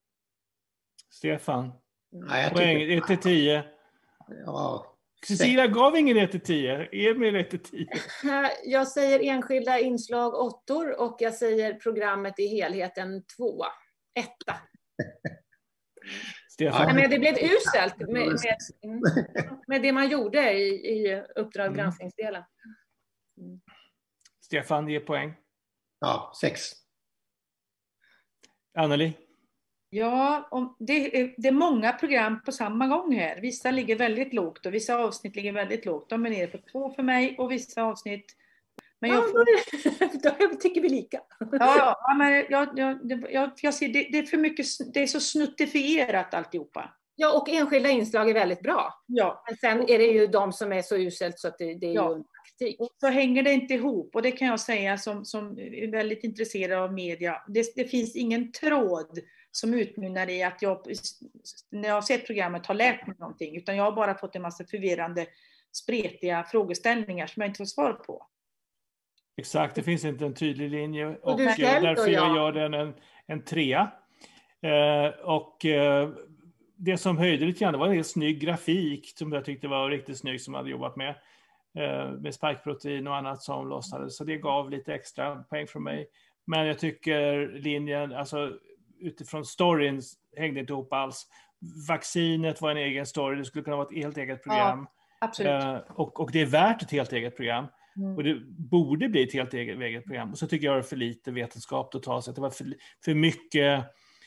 Stefan, ja, poäng ett till tio. Ja. Cecilia gav ingen ett till tio. Emil ett till tio. Jag säger enskilda inslag åttor och jag säger programmet i helheten två. Etta. Stefan. Men det blev uselt med, med, med det man gjorde i, i uppdrag och granskningsdelen. Mm. Stefan, ge poäng. Ja, sex. Anneli? Ja, om det, är, det är många program på samma gång här. Vissa ligger väldigt lågt och vissa avsnitt ligger väldigt lågt. De är nere på två för mig och vissa avsnitt. Men jag får... Då tycker vi lika. Ja, ja men jag, jag, jag, jag ser, det, det är för mycket, det är så snuttifierat alltihopa. Ja, och enskilda inslag är väldigt bra. Ja. Men sen är det ju de som är så uselt så att det, det är ja. ju taktik. Och så hänger det inte ihop. Och det kan jag säga som, som är väldigt intresserad av media. Det, det finns ingen tråd som utmynnar i att jag, när jag har sett programmet, har lärt mig någonting. Utan jag har bara fått en massa förvirrande, spretiga frågeställningar som jag inte får svar på. Exakt, det finns inte en tydlig linje. Och, och därför då, ja. jag gör den en, en trea. Eh, och eh, det som höjde lite grann, det var en helt snygg grafik som jag tyckte var riktigt snygg, som jag hade jobbat med. Eh, med spikeprotein och annat som lossade. Så det gav lite extra poäng från mig. Men jag tycker linjen, alltså utifrån storyn hängde inte ihop alls. Vaccinet var en egen story, det skulle kunna vara ett helt eget program. Ja, absolut. Eh, och, och det är värt ett helt eget program. Mm. Och det borde bli ett helt eget, eget program. Och så tycker jag det är för lite vetenskap totalt sett. Det var för, för mycket...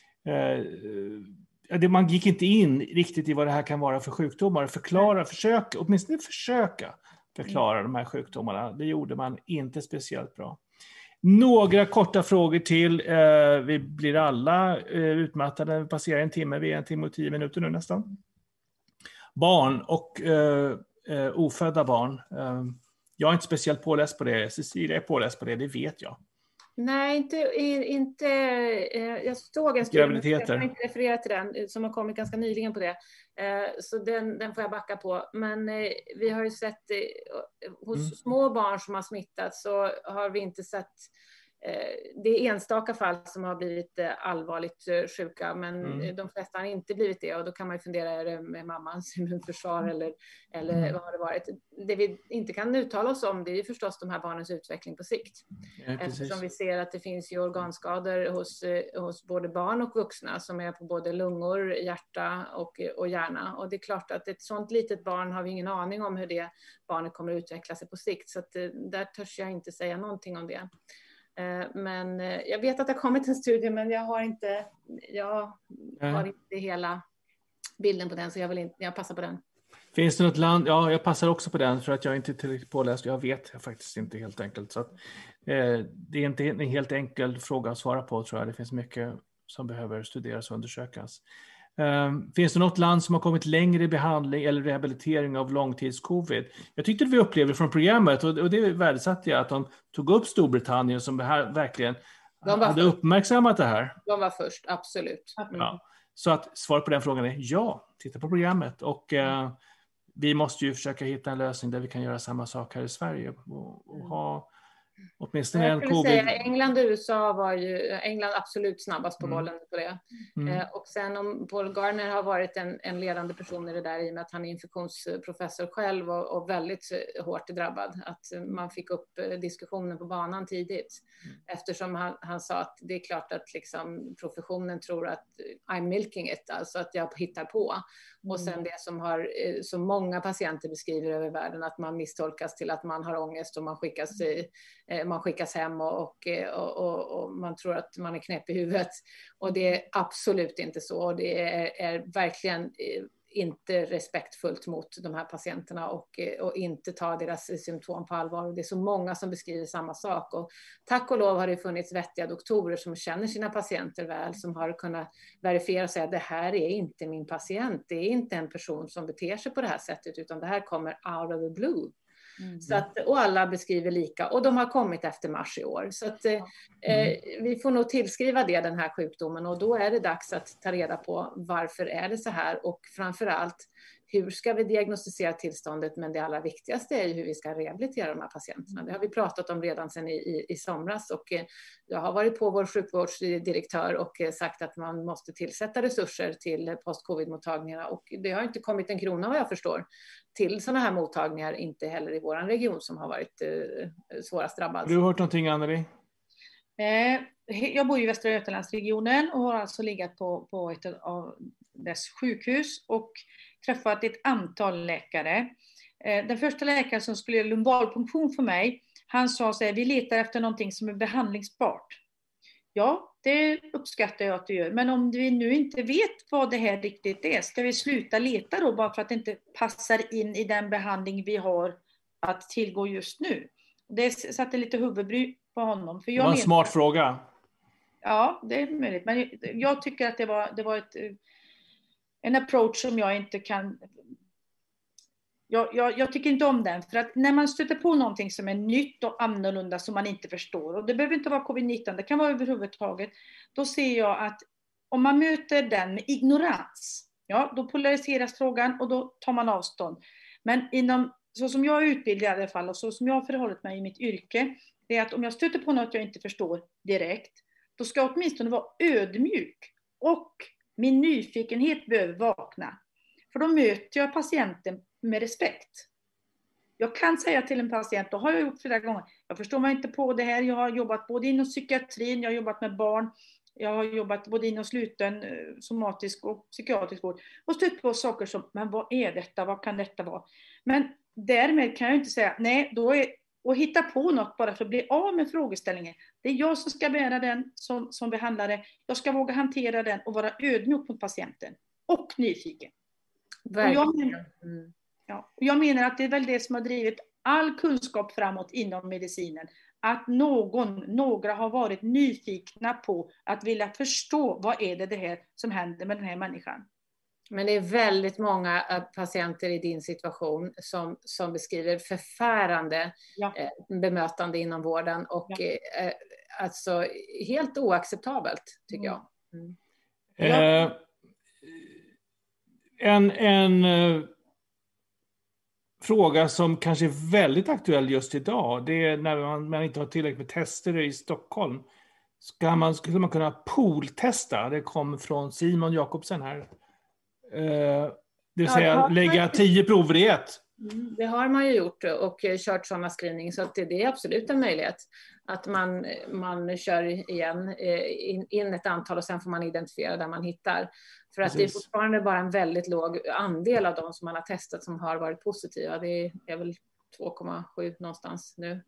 Eh, det, man gick inte in riktigt i vad det här kan vara för sjukdomar. Förklara, försöka, åtminstone försöka förklara mm. de här sjukdomarna. Det gjorde man inte speciellt bra. Några korta frågor till. Eh, vi blir alla eh, utmattade. Vi passerar en timme. Vi är en timme och tio minuter nu nästan. Barn och eh, eh, ofödda barn. Eh, Jag är inte speciellt påläst på det. Cecilia är påläst på det, det vet jag. Nej, inte... inte jag såg en studie, jag kan inte referera till den, som har kommit ganska nyligen på det. Så den, den får jag backa på. Men vi har ju sett, hos mm. små barn som har smittats så har vi inte sett det är enstaka fall som har blivit allvarligt sjuka, men mm. de flesta har inte blivit det, och då kan man ju fundera, är det med mammans immunförsvar eller, eller mm. vad har det varit? Det vi inte kan uttala oss om, det är ju förstås de här barnens utveckling på sikt. Ja, eftersom vi ser att det finns ju organskador hos, hos både barn och vuxna som är på både lungor, hjärta och, och hjärna, och det är klart att ett sånt litet barn har vi ingen aning om hur det barnet kommer att utveckla sig på sikt, så att där törs jag inte säga någonting om det. Men jag vet att det har kommit en studie, men jag har inte, jag har inte hela bilden på den, så jag vill inte, jag passar på den. Finns det något land, ja jag passar också på den för att jag inte är tillräckligt påläst, jag vet jag faktiskt inte helt enkelt. Så att, eh, det är inte en helt enkel fråga att svara på, tror jag. Det finns mycket som behöver studeras och undersökas. Um, finns det något land som har kommit längre i behandling eller rehabilitering av långtidscovid? Jag tyckte att vi upplevde från programmet, och, och det värdesatte jag, att de tog upp Storbritannien som här verkligen hade först. uppmärksammat det här. De var först, absolut. Mm. Ja. Så att svaret på den frågan är ja, titta på programmet. Och uh, vi måste ju försöka hitta en lösning där vi kan göra samma sak här i Sverige och, och ha åtminstone en covid. Säga, England och U S A var ju, England absolut snabbast på bollen mm. på det. Mm. Eh, och sen om Paul Gardner har varit en, en ledande person i det där, i och med att han är infektionsprofessor själv och, och väldigt hårt drabbad, att man fick upp diskussionen på banan tidigt. Mm. Eftersom han, han sa att det är klart att liksom professionen tror att I'm milking it, alltså att jag hittar på. Mm. Och sen det som har, så många patienter beskriver över världen, att man misstolkas till att man har ångest och man skickas till man skickas hem och, och, och, och man tror att man är knäpp i huvudet. Och det är absolut inte så. Och det är, är verkligen inte respektfullt mot de här patienterna och, och inte ta deras symptom på allvar. Och det är så många som beskriver samma sak. Och tack och lov har det funnits vettiga doktorer som känner sina patienter väl, som har kunnat verifiera och säga att det här är inte min patient. Det är inte en person som beter sig på det här sättet, utan det här kommer out of the blue. Mm. Så att, och alla beskriver lika, och de har kommit efter mars i år, så att eh, mm. vi får nog tillskriva det, den här sjukdomen, och då är det dags att ta reda på varför är det så här, och framförallt hur ska vi diagnostisera tillståndet, men det allra viktigaste är ju hur vi ska rehabilitera de här patienterna. Det har vi pratat om redan sedan i, i, i somras, och eh, jag har varit på vår sjukvårdsdirektör och eh, sagt att man måste tillsätta resurser till post-covid-mottagningarna, och det har inte kommit en krona vad jag förstår till sådana här mottagningar, inte heller i vår region som har varit eh, svårast drabbad. Du har hört någonting, Anneli? Eh, jag bor i Västra Götalandsregionen och har alltså legat på, på ett av dess sjukhus och träffat ett antal läkare. Eh, den första läkaren som skulle göra lumbalpunktion för mig, han sa så här: vi letar efter någonting som är behandlingsbart. Ja, det uppskattar jag att du gör. Men om vi nu inte vet vad det här riktigt är, ska vi sluta leta då bara för att det inte passar in i den behandling vi har att tillgå just nu? Det satte lite huvudbry på honom. För jag det var en menar, smart fråga. Ja, det är möjligt. Men jag tycker att det var, det var ett, en approach som jag inte kan... Jag, jag, jag tycker inte om den, för att när man stöter på någonting som är nytt och annorlunda som man inte förstår, och det behöver inte vara covid nitton, det kan vara överhuvudtaget, då ser jag att om man möter den med ignorans, ja, då polariseras frågan och då tar man avstånd. Men inom, så som jag är utbildad i alla fall, och så som jag har förhållit mig i mitt yrke, det är att om jag stöter på något jag inte förstår direkt, då ska jag åtminstone vara ödmjuk, och min nyfikenhet behöver vakna. För då möter jag patienten med respekt. Jag kan säga till en patient, då har jag gjort flera gånger, jag förstår mig inte på det här, jag har jobbat både inom psykiatrin, jag har jobbat med barn, jag har jobbat både inom sluten somatisk och psykiatrisk vård, och stött på saker som, men vad är detta, vad kan detta vara? Men därmed kan jag inte säga, nej, då är, och hitta på något bara för att bli av med frågeställningen. Det är jag som ska bära den som, som behandlare, jag ska våga hantera den och vara ödmjuk mot patienten, och nyfiken. Och jag, menar, ja, jag menar att det är väl det som har drivit all kunskap framåt inom medicinen. Att någon, några har varit nyfikna på att vilja förstå vad är det, det här som händer med den här människan. Men det är väldigt många patienter i din situation som, som beskriver förfärande ja. eh, bemötande inom vården. Och ja. eh, alltså helt oacceptabelt, tycker jag. Mm. Eh, en... en fråga som kanske är väldigt aktuell just idag. Det är när man, man inte har tillräckligt med tester i Stockholm. Ska man, skulle man kunna pooltesta? Det kom från Simon Jakobsen här. Eh, det vill säga ja, lägga tio prover i ett. Mm, det har man ju gjort och kört sådana screening, så att det, det är absolut en möjlighet att man, man kör igen in, in ett antal och sen får man identifiera där man hittar. För att Precis. Det är fortfarande bara en väldigt låg andel av de som man har testat som har varit positiva. Det är väl två komma sju någonstans nu.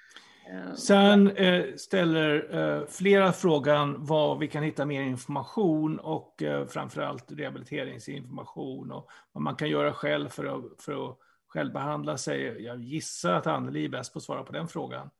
Sen eh, ställer eh, flera frågan var vi kan hitta mer information och eh, framförallt rehabiliteringsinformation och vad man kan göra själv för att, för att självbehandla sig. Jag gissar att Anneli är bäst på att svara på den frågan.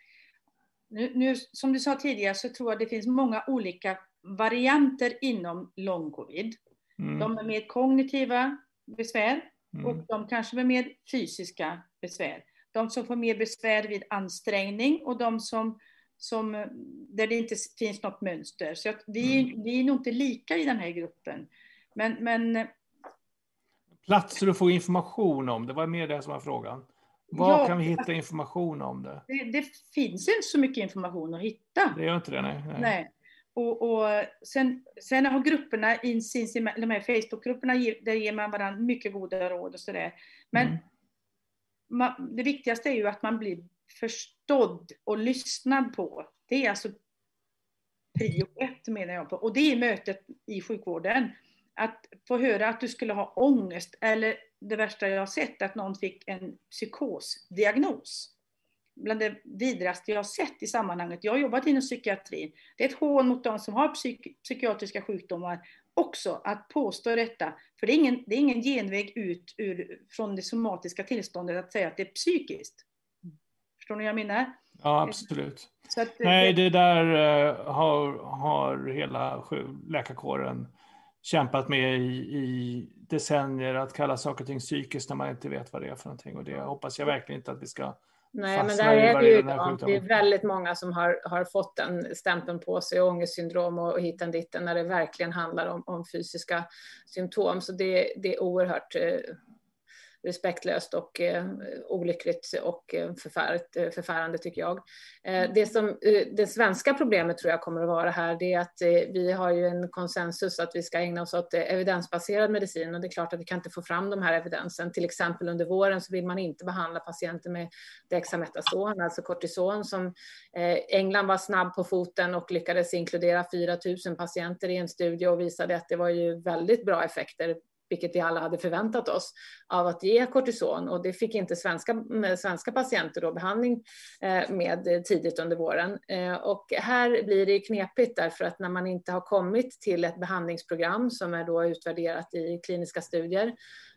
Nu, nu, som du sa tidigare så tror jag det finns många olika varianter inom lång covid. Mm. De är med kognitiva besvär mm. och de kanske med mer fysiska besvär. De som får mer besvär vid ansträngning och de som, som där det inte finns något mönster. Så att vi, mm. vi är nog inte lika i den här gruppen. Men, men platser att få information om, det var mer det som var frågan. Var ja, kan vi hitta information om det? det? Det finns inte så mycket information att hitta. Det gör inte det, nej. nej. nej. Och, och sen, sen har grupperna, in sin, de här Facebookgrupperna, där ger man varandra mycket goda råd och sådär. Men mm. man, det viktigaste är ju att man blir förstådd och lyssnad på. Det är alltså prio ett menar jag på. Och det är mötet i sjukvården. Att få höra att du skulle ha ångest, eller det värsta jag har sett, att någon fick en psykosdiagnos. Bland det vidraste jag har sett i sammanhanget. Jag har jobbat inom psykiatrin. Det är ett hån mot de som har psyk- psykiatriska sjukdomar också att påstå detta. För det är ingen, det är ingen genväg ut ur, från det somatiska tillståndet att säga att det är psykiskt. Förstår ni vad jag menar? Ja, absolut. Så att, Nej, det där uh, har, har hela läkarkåren kämpat med i, i decennier, att kalla saker och ting psykiskt när man inte vet vad det är för någonting. Och det hoppas jag verkligen inte att vi ska Nej, men där är det ju idag. Det är väldigt många som har, har fått den stämpeln på sig, ångestsyndrom och, och hitten ditten, när det verkligen handlar om, om fysiska symptom. Så det, det är oerhört eh, respektlöst och eh, olyckligt och eh, förfärt, förfärande tycker jag. Eh, det som eh, det svenska problemet tror jag kommer att vara här, det är att eh, vi har ju en konsensus att vi ska ägna oss åt eh, evidensbaserad medicin, och det är klart att vi kan inte få fram de här evidensen. Till exempel under våren så vill man inte behandla patienter med dexamethason, alltså kortison, som eh, England var snabb på foten och lyckades inkludera fyra tusen patienter i en studie och visade att det var ju väldigt bra effekter, vilket vi alla hade förväntat oss, av att ge kortison. Och det fick inte svenska, svenska patienter då behandling med tidigt under våren. Och här blir det knepigt, därför att när man inte har kommit till ett behandlingsprogram som är då utvärderat i kliniska studier,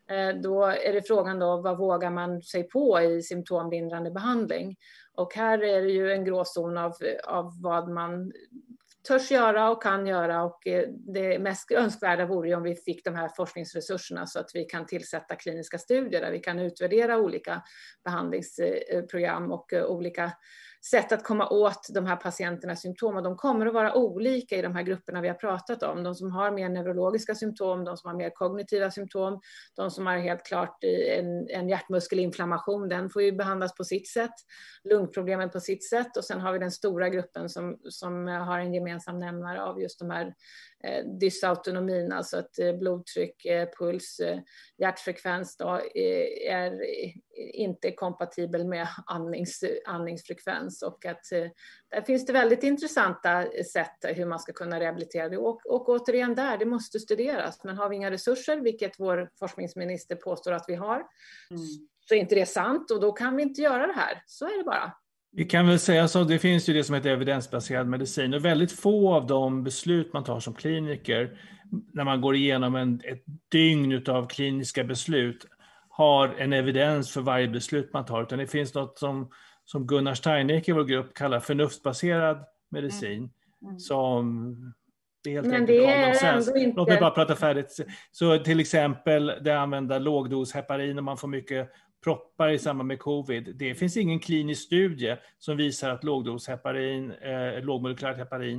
då är det frågan då, vad vågar man sig på i symptomlindrande behandling? Och här är det ju en gråzon av, av vad man törs göra och kan göra, och det mest önskvärda vore ju om vi fick de här forskningsresurserna så att vi kan tillsätta kliniska studier där vi kan utvärdera olika behandlingsprogram och olika sätt att komma åt de här patienternas symptom. Och de kommer att vara olika i de här grupperna vi har pratat om. De som har mer neurologiska symptom, de som har mer kognitiva symptom, de som har helt klart en, en hjärtmuskelinflammation, den får ju behandlas på sitt sätt, lungproblemen på sitt sätt, och sen har vi den stora gruppen som, som har en gemensam nämnare av just de här eh, dysautonomin, alltså att eh, blodtryck, eh, puls, eh, hjärtfrekvens då, eh, är inte kompatibel med andnings, andningsfrekvens, och att eh, där finns det väldigt intressanta sätt hur man ska kunna rehabilitera det, och, och återigen där, det måste studeras, men har vi inga resurser, vilket vår forskningsminister påstår att vi har, mm. så är inte det sant, och då kan vi inte göra det här, så är det bara. Vi kan väl säga så, det finns ju det som heter evidensbaserad medicin, och väldigt få av de beslut man tar som kliniker, när man går igenom en, ett dygn av kliniska beslut, har en evidens för varje beslut man tar, utan det finns något som, som Gunnar Steineck i vår grupp kallar förnuftsbaserad medicin, mm. Mm. som det helt Men enkelt det är nonsens. ändå inte... Låt mig bara prata färdigt. Så till exempel det använda lågdos heparin, om man får mycket proppar i samband med covid. Det finns ingen klinisk studie som visar att lågdos heparin, eh, lågmolekylärt heparin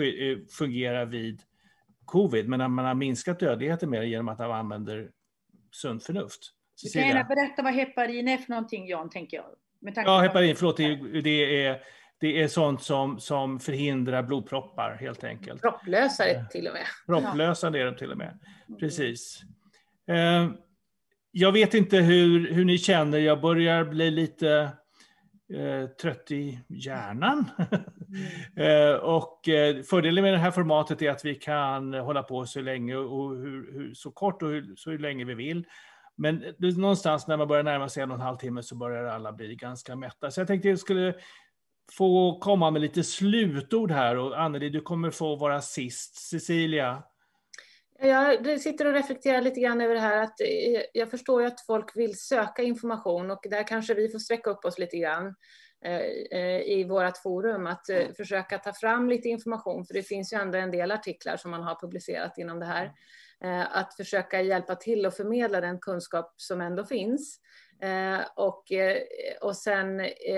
fungerar vid covid, men när man har minskat dödligheten mer genom att man använder sunt förnuft. Du kan gärna berätta vad heparin är för någonting, Jan, tänker jag. Ja, heparin, förlåt, det är, det är, det är sånt som, som förhindrar blodproppar, helt enkelt. Propplösare till och med. Propplösare är de till och med, precis. Eh, jag vet inte hur, hur ni känner, jag börjar bli lite eh, trött i hjärnan. Mm. eh, och eh, fördelen med det här formatet är att vi kan hålla på så länge och hur, hur, så kort och hur, så länge vi vill. Men någonstans när man börjar närma sig en och en halv timme så börjar alla bli ganska mätta. Så jag tänkte jag skulle få komma med lite slutord här. Och Anneli, du kommer få vara sist. Cecilia? Jag sitter och reflekterar lite grann över det här. Att jag förstår ju att folk vill söka information. Och där kanske vi får sträcka upp oss lite grann i vårt forum. Att försöka ta fram lite information. För det finns ju ändå en del artiklar som man har publicerat inom det här. Att försöka hjälpa till och förmedla den kunskap som ändå finns. Och, och sen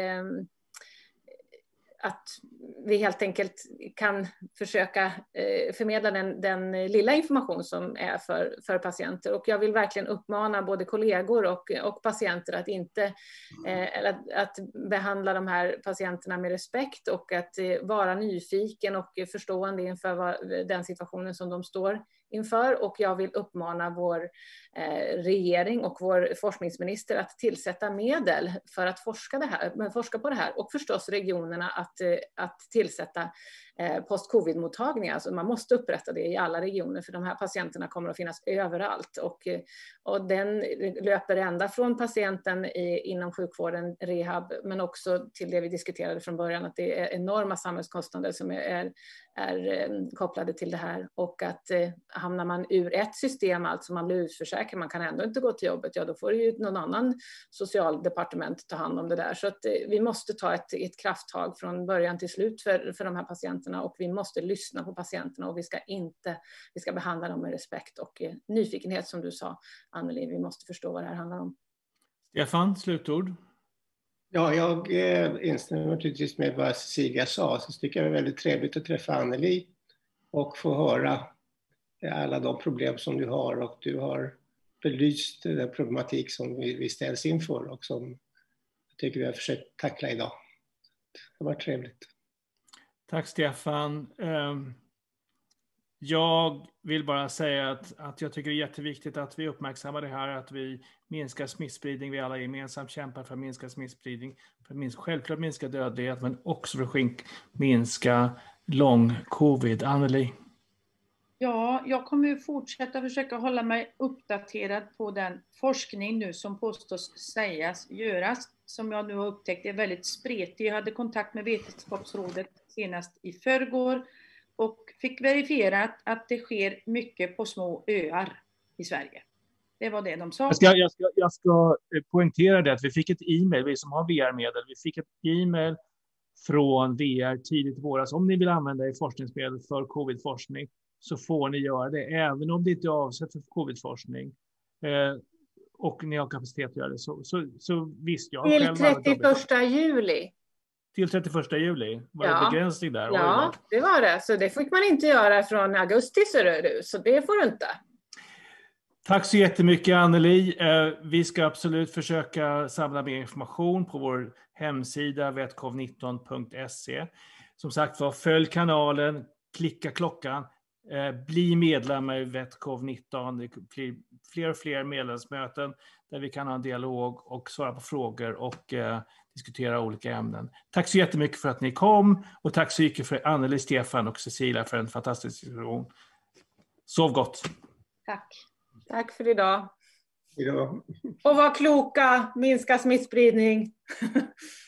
att vi helt enkelt kan försöka förmedla den, den lilla information som är för, för patienter. Och jag vill verkligen uppmana både kollegor och, och patienter att inte att, att behandla de här patienterna med respekt och att vara nyfiken och förstående inför vad, den situationen som de står inför. Och jag vill uppmana vår eh, regering och vår forskningsminister att tillsätta medel för att forska, det här, forska på det här. Och förstås regionerna att, eh, att tillsätta eh, post-covid-mottagningar. Alltså man måste upprätta det i alla regioner för de här patienterna kommer att finnas överallt. Och, eh, och den löper ända från patienten i, inom sjukvården, rehab, men också till det vi diskuterade från början, att det är enorma samhällskostnader som är, är, är kopplade till det här. Och att eh, hamnar man ur ett system, alltså man blir utförsäkrad, man kan ändå inte gå till jobbet, ja då får ju någon annan socialdepartement ta hand om det där. Så att eh, vi måste ta ett, ett krafttag från början till slut för, för de här patienterna och vi måste lyssna på patienterna och vi ska inte, vi ska behandla dem med respekt och eh, nyfikenhet som du sa, Anneli, vi måste förstå vad det här handlar om. Stefan, slutord? Ja, jag eh, instämmer naturligtvis med vad Cecilia sa, så tycker jag det är väldigt trevligt att träffa Anneli och få höra alla de problem som du har och du har belyst den problematik som vi, vi ställs inför och som jag tycker vi har försökt tackla idag. Det var trevligt. Tack Stefan. Jag vill bara säga att, att jag tycker det är jätteviktigt att vi uppmärksammar det här, att vi minskar smittspridning, vi alla gemensamt kämpar för att minska smittspridning, för att minska, självklart minska dödlighet, men också för att minska lång covid. Anneli? Ja, jag kommer ju fortsätta försöka hålla mig uppdaterad på den forskning nu som påstås sägas göras, som jag nu har upptäckt är väldigt spretig. Jag hade kontakt med Vetenskapsrådet senast i förrgår och fick verifierat att det sker mycket på små öar i Sverige. Det var det de sa. Jag ska, jag ska, jag ska poängtera det att vi fick ett e-mail, vi som har V R-medel, vi fick ett e-mail från V R tidigt i våras. Om ni vill använda er forskningsmedel för covid-forskning så får ni göra det, även om det inte är avsett för covid-forskning. Eh, och ni har kapacitet att göra det. Så, så, så visst, jag till trettioförsta juli. Till trettioförsta juli? Var ja. det begränsning där? Ja, det var det. Så det fick man inte göra från augusti, så, du, så det får du inte. Tack så jättemycket Anneli. Eh, vi ska absolut försöka samla mer information på vår hemsida v e t c o v nitton punkt se. Som sagt var, följ kanalen, klicka klockan. Bli medlemmar i V E T C O V nitton. Det blir fler och fler medlemsmöten där vi kan ha en dialog och svara på frågor och eh, diskutera olika ämnen. Tack så jättemycket för att ni kom och tack så mycket för Anneli, Stefan och Cecilia för en fantastisk diskussion. Sov gott. Tack. Tack för idag. Idag. Och var kloka, minska smittspridning.